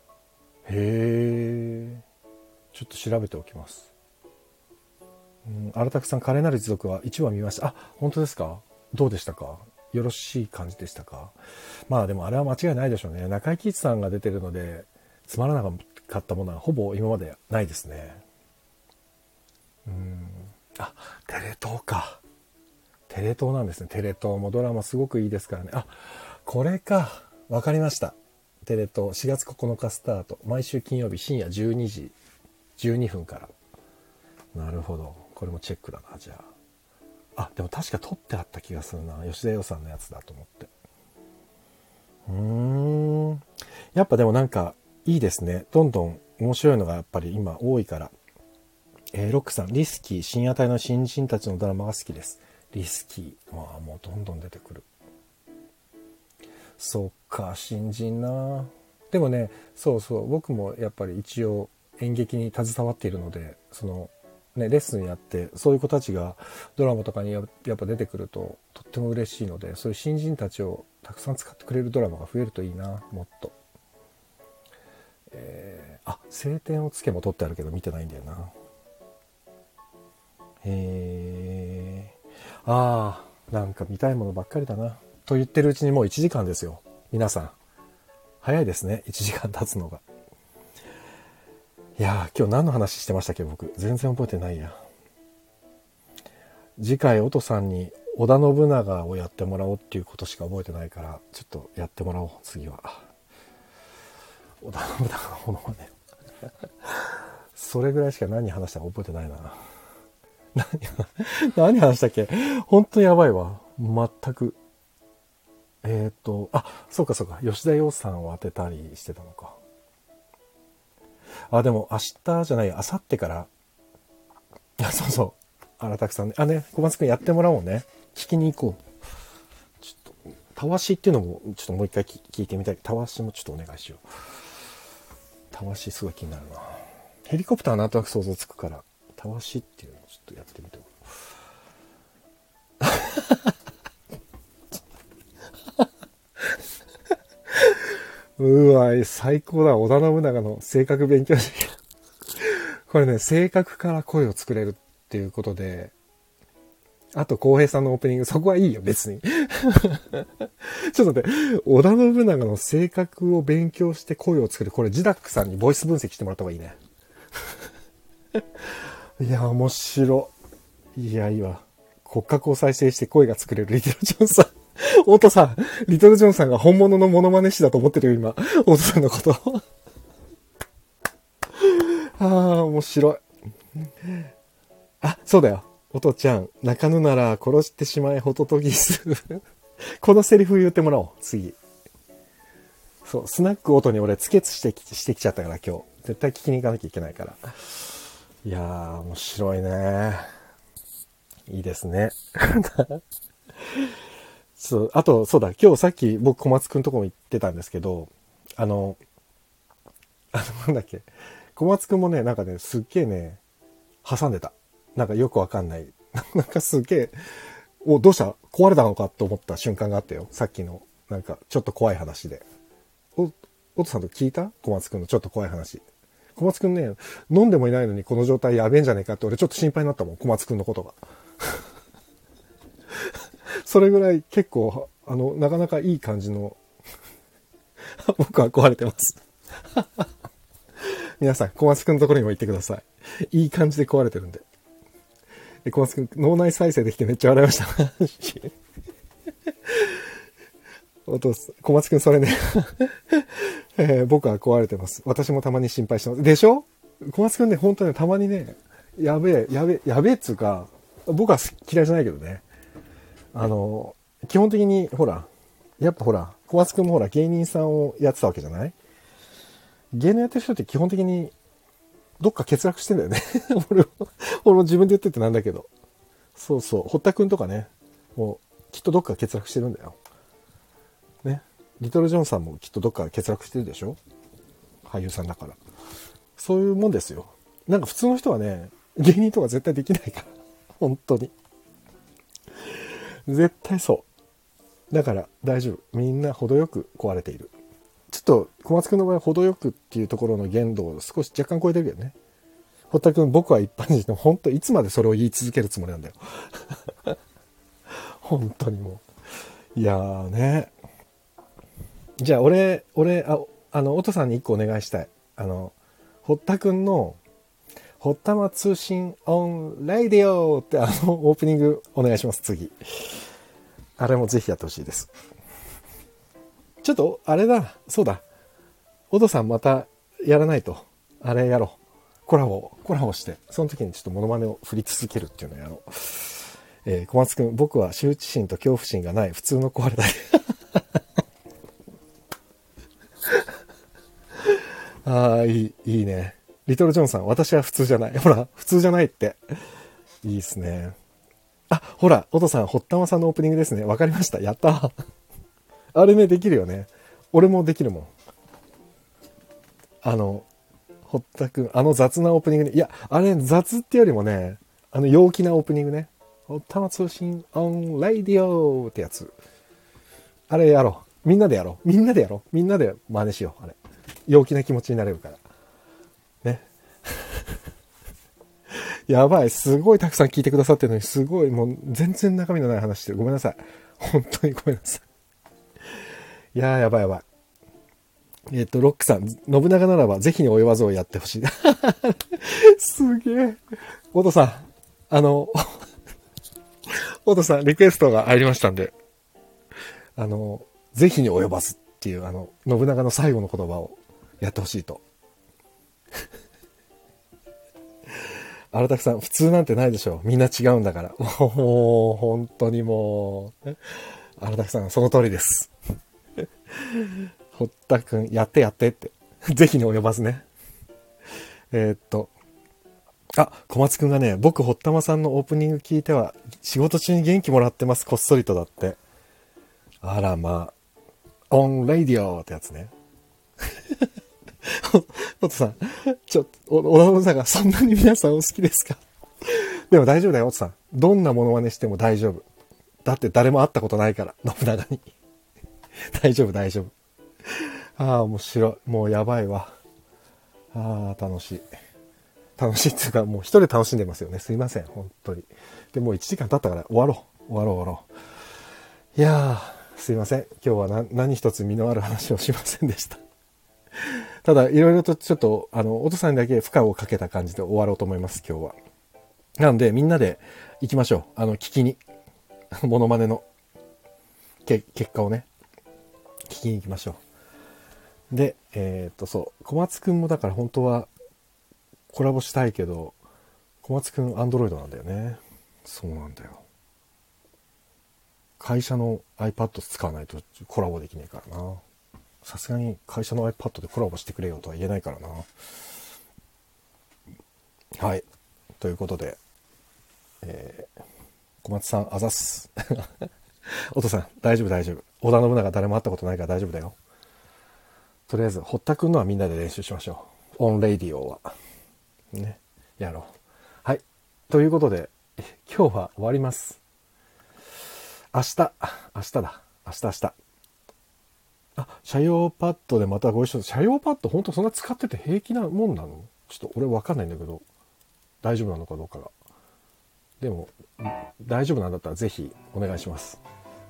へえ。ちょっと調べておきます。うん荒拓さん、華麗なる一族はいちわ見ました。あ本当ですか。どうでしたか。よろしい感じでしたか。まあでもあれは間違いないでしょうね。中井貴一さんが出てるのでつまらなかったものはほぼ今までないですね。うん、あテレ東か。テレ東なんですね。テレ東もドラマすごくいいですからね。あこれか。わかりました。テレ東しがつここのかスタート。毎週金曜日深夜じゅうにじじゅうにふんから。なるほど。これもチェックだな。じゃああでも確か撮ってあった気がするな。吉田洋さんのやつだと思って。うーんやっぱでもなんかいいですね。どんどん面白いのがやっぱり今多いからえー、ロックさん、リスキー、深夜帯の新人たちのドラマが好きです。リスキー。まあ、もうどんどん出てくる。そっか、新人な。でもね、そうそう、僕もやっぱり一応演劇に携わっているので、その、ね、レッスンやって、そういう子たちがドラマとかにやっぱ出てくると、とっても嬉しいので、そういう新人たちをたくさん使ってくれるドラマが増えるといいな、もっと。えー、あ、青天を衝けも撮ってあるけど見てないんだよな。へー。あー、なんか見たいものばっかりだな。と言ってるうちにもういちじかんですよ。皆さん。早いですね。いちじかん経つのが。いやー、今日何の話してましたっけ、僕。全然覚えてないや。次回、音さんに織田信長をやってもらおうっていうことしか覚えてないから、ちょっとやってもらおう、次は。織田信長のものまね。それぐらいしか何話したか覚えてないな。何、何話したっけ。ほんとやばいわ。全く。えーっと、あ、そうかそうか。吉田羊さんを当てたりしてたのか。あ、でも明日じゃない、明後日から、あ、そうそう。荒拓さんね。あ、ね、小松くんやってもらおうね。聞きに行こう。ちょっと、たわしっていうのも、ちょっともう一回聞いてみたい。たわしもちょっとお願いしよう。たわしすごい気になるな。ヘリコプターはなんとなく想像つくから、たわしっていうのをちょっとやってみて。うわ、最高だ。織田信長の性格勉強して。これね、性格から声を作れるっていうことで、あと、浩平さんのオープニング、そこはいいよ、別に。ちょっと待って、織田信長の性格を勉強して声を作る。これ、ジダックさんにボイス分析してもらった方がいいね。いや、面白い。いや、いいわ。骨格を再生して声が作れるリトル・ジョンさん。オトさん、リトル・ジョンさんが本物のモノマネ師だと思ってるよ、今。オトさんのこと。ああ、面白い。あ、そうだよ。おとちゃん、泣かぬなら殺してしまえホトトギス。このセリフ言ってもらおう、次。そう、スナック音に俺、つけつしてき、してきちゃったから今日。絶対聞きに行かなきゃいけないから。いやー、面白いね。いいですね。そう、あと、そうだ、今日さっき僕小松くんとこも行ってたんですけど、あの、あの、なんだっけ、小松くんもね、なんかね、すっげえね、挟んでた。なんかよくわかんない。なんかすっげえ、お、どうした壊れたのかと思った瞬間があったよ。さっきの、なんか、ちょっと怖い話で。お、おとさんと聞いた小松くんのちょっと怖い話。小松くんね、飲んでもいないのにこの状態やべえんじゃねえかって俺ちょっと心配になったもん。小松くんのことが。それぐらい結構、あの、なかなかいい感じの、僕は壊れてます。皆さん、小松くんのところにも行ってください。いい感じで壊れてるんで。で小松くん、脳内再生できてめっちゃ笑いました。おと小松くん、それね、えー、僕は壊れてます。私もたまに心配してます。でしょ小松くんね、本当にたまにね、やべえ、やべえ、やべえっつうか、僕は嫌いじゃないけどね。あの、基本的に、ほら、やっぱほら、小松くんもほら、芸人さんをやってたわけじゃない？芸能やってる人って基本的に、どっか欠落してんだよね。俺も、俺も自分で言っててなんだけど。そうそう、堀田くんとかね、もう、きっとどっか欠落してるんだよ。ね。リトル・ジョンさんもきっとどっか欠落してるでしょ？俳優さんだから。そういうもんですよ。なんか普通の人はね、芸人とか絶対できないから。本当に。絶対そう。だから大丈夫。みんな程よく壊れている。ちょっと小松くんの場合は程よくっていうところの限度を少し若干超えてるけどね。堀田くん、僕は一般人の本当いつまでそれを言い続けるつもりなんだよ。本当にもう。いやーね。じゃあ俺、俺、あ、あの、音さんに一個お願いしたい。あの、堀田くんの、堀田間通信オンラディオってあの、オープニングお願いします、次。あれもぜひやってほしいです。ちょっと、あれだ、そうだ。音さんまたやらないと。あれやろう。コラボ、コラボして、その時にちょっとモノマネを振り続けるっていうのをやろう。えー、小松くん、僕は羞恥心と恐怖心がない普通の壊れだ。ああ、いい、いいね。 リトルジョンさん、私は普通じゃない。ほら、普通じゃないって。いいですね。あ、ほら、おとさん、ほったまさんのオープニングですね。わかりました。やったー。あれね、できるよね。俺もできるもん。あの、堀田くん、あの雑なオープニングに、いや、あれ雑ってよりもね、あの陽気なオープニングね。堀田ま通信オンラディオってやつ。あれやろう。みんなでやろう。みんなでやろう。みんなで真似しよう。あれ。陽気な気持ちになれるから。ね。やばい。すごいたくさん聞いてくださってるのに、すごい、もう全然中身のない話してる。ごめんなさい。本当にごめんなさい。いやー、やばいやばい。えっと、ロックさん、信長ならばぜひに及ばずをやってほしい。すげえ。オトさん、あの、オトさん、リクエストが入りましたんで、あの、ぜひに及ばずっていう、あの、信長の最後の言葉をやってほしいと。荒拓さん、普通なんてないでしょ。みんな違うんだから。もう、本当にもう。荒拓さん、その通りです。堀田くん、やってやってって。ぜひに及ばずね。えー、っと。あ、小松くんがね、僕、堀田さんのオープニング聞いては、仕事中に元気もらってます、こっそりとだって。あらまあ。オンラディオってやつね。おとさん、ちょっと、お、おさんがそんなに皆さんお好きですか？でも大丈夫だよ、おとさん。どんなモノマネしても大丈夫。だって誰も会ったことないから、信長に。大丈夫、大丈夫。ああ、面白い。もうやばいわ。ああ、楽しい。楽しいっていうか、もう一人で楽しんでますよね。すいません、本当に。で、もういちじかん経ったから終わろう。終わろう、終わろう。いやー、すいません。今日は何、何一つ身のある話をしませんでした。ただ、いろいろとちょっと、あの、おとさんにだけ負荷をかけた感じで終わろうと思います、今日は。なので、みんなで行きましょう。あの、聞きに。モノマネのけ結果をね、聞きに行きましょう。で、えっと、そう、小松くんもだから本当はコラボしたいけど、小松くんアンドロイドなんだよね。そうなんだよ。会社の iPad 使わないとコラボできないからな。さすがに会社の iPad でコラボしてくれよとは言えないからな。はい。ということで、えー、小松さん、あざっす。お父さん、大丈夫大丈夫。織田信長誰も会ったことないから大丈夫だよ。とりあえず、堀田くんのはみんなで練習しましょう。オンレイディオは。ね。やろう。はい。ということで、今日は終わります。明日、明日だ。明日明日。あ、社用パッドでまたご一緒。社用パッド本当そんな使ってて平気なもんなの？ちょっと俺わかんないんだけど、大丈夫なのかどうかが。でも、大丈夫なんだったらぜひお願いします。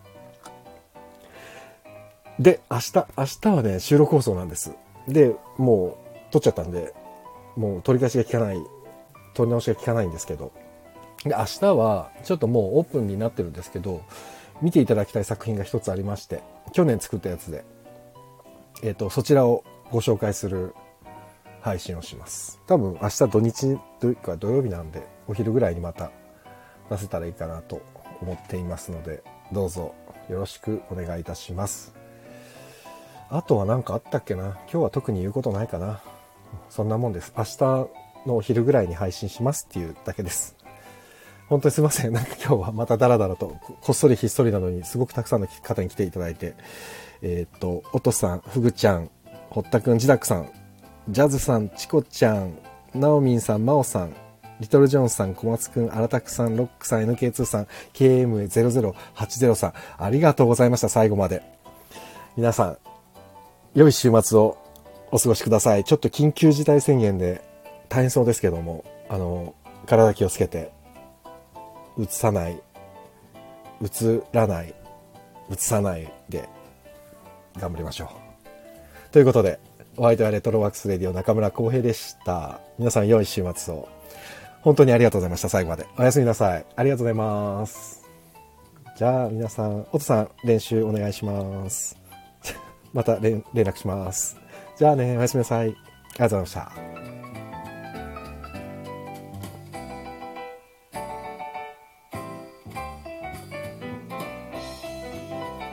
で、明日、明日はね、収録放送なんです。で、もう、撮っちゃったんで、もう取り返しが効かない、取り直しが効かないんですけど、で、明日は、ちょっともうオープンになってるんですけど、見ていただきたい作品が一つありまして、去年作ったやつで、えっと、そちらをご紹介する配信をします。多分、明日土日というか土曜日なんで、お昼ぐらいにまた出せたらいいかなと思っていますので、どうぞよろしくお願いいたします。あとは何かあったっけな。今日は特に言うことないかな。そんなもんです。明日のお昼ぐらいに配信しますっていうだけです。本当にすいません。なんか今日はまたダラダラとこっそりひっそりなのにすごくたくさんの方に来ていただいて、えー、っと、おとさん、ふぐちゃん、堀田くん、ジダクさん、ジャズさん、チコちゃん、ナオミンさん、マオさん、リトルジョンさん、小松くん、アラタクさん、ロックさん、エヌケーツー さん、ケーエムゼロゼロはちゼロ さん、ありがとうございました。最後まで。皆さん、良い週末をお過ごしください。ちょっと緊急事態宣言で大変そうですけども、あの、体気をつけて、うつさない、うつらない、うつさないで頑張りましょう。ということで、お相手はレトロワークスレディオ中村浩平でした。皆さん良い週末を。本当にありがとうございました。最後まで。おやすみなさい。ありがとうございます。じゃあ皆さん、おとさん練習お願いします。また連絡します。じゃあね、おやすみなさい。ありがとうございました。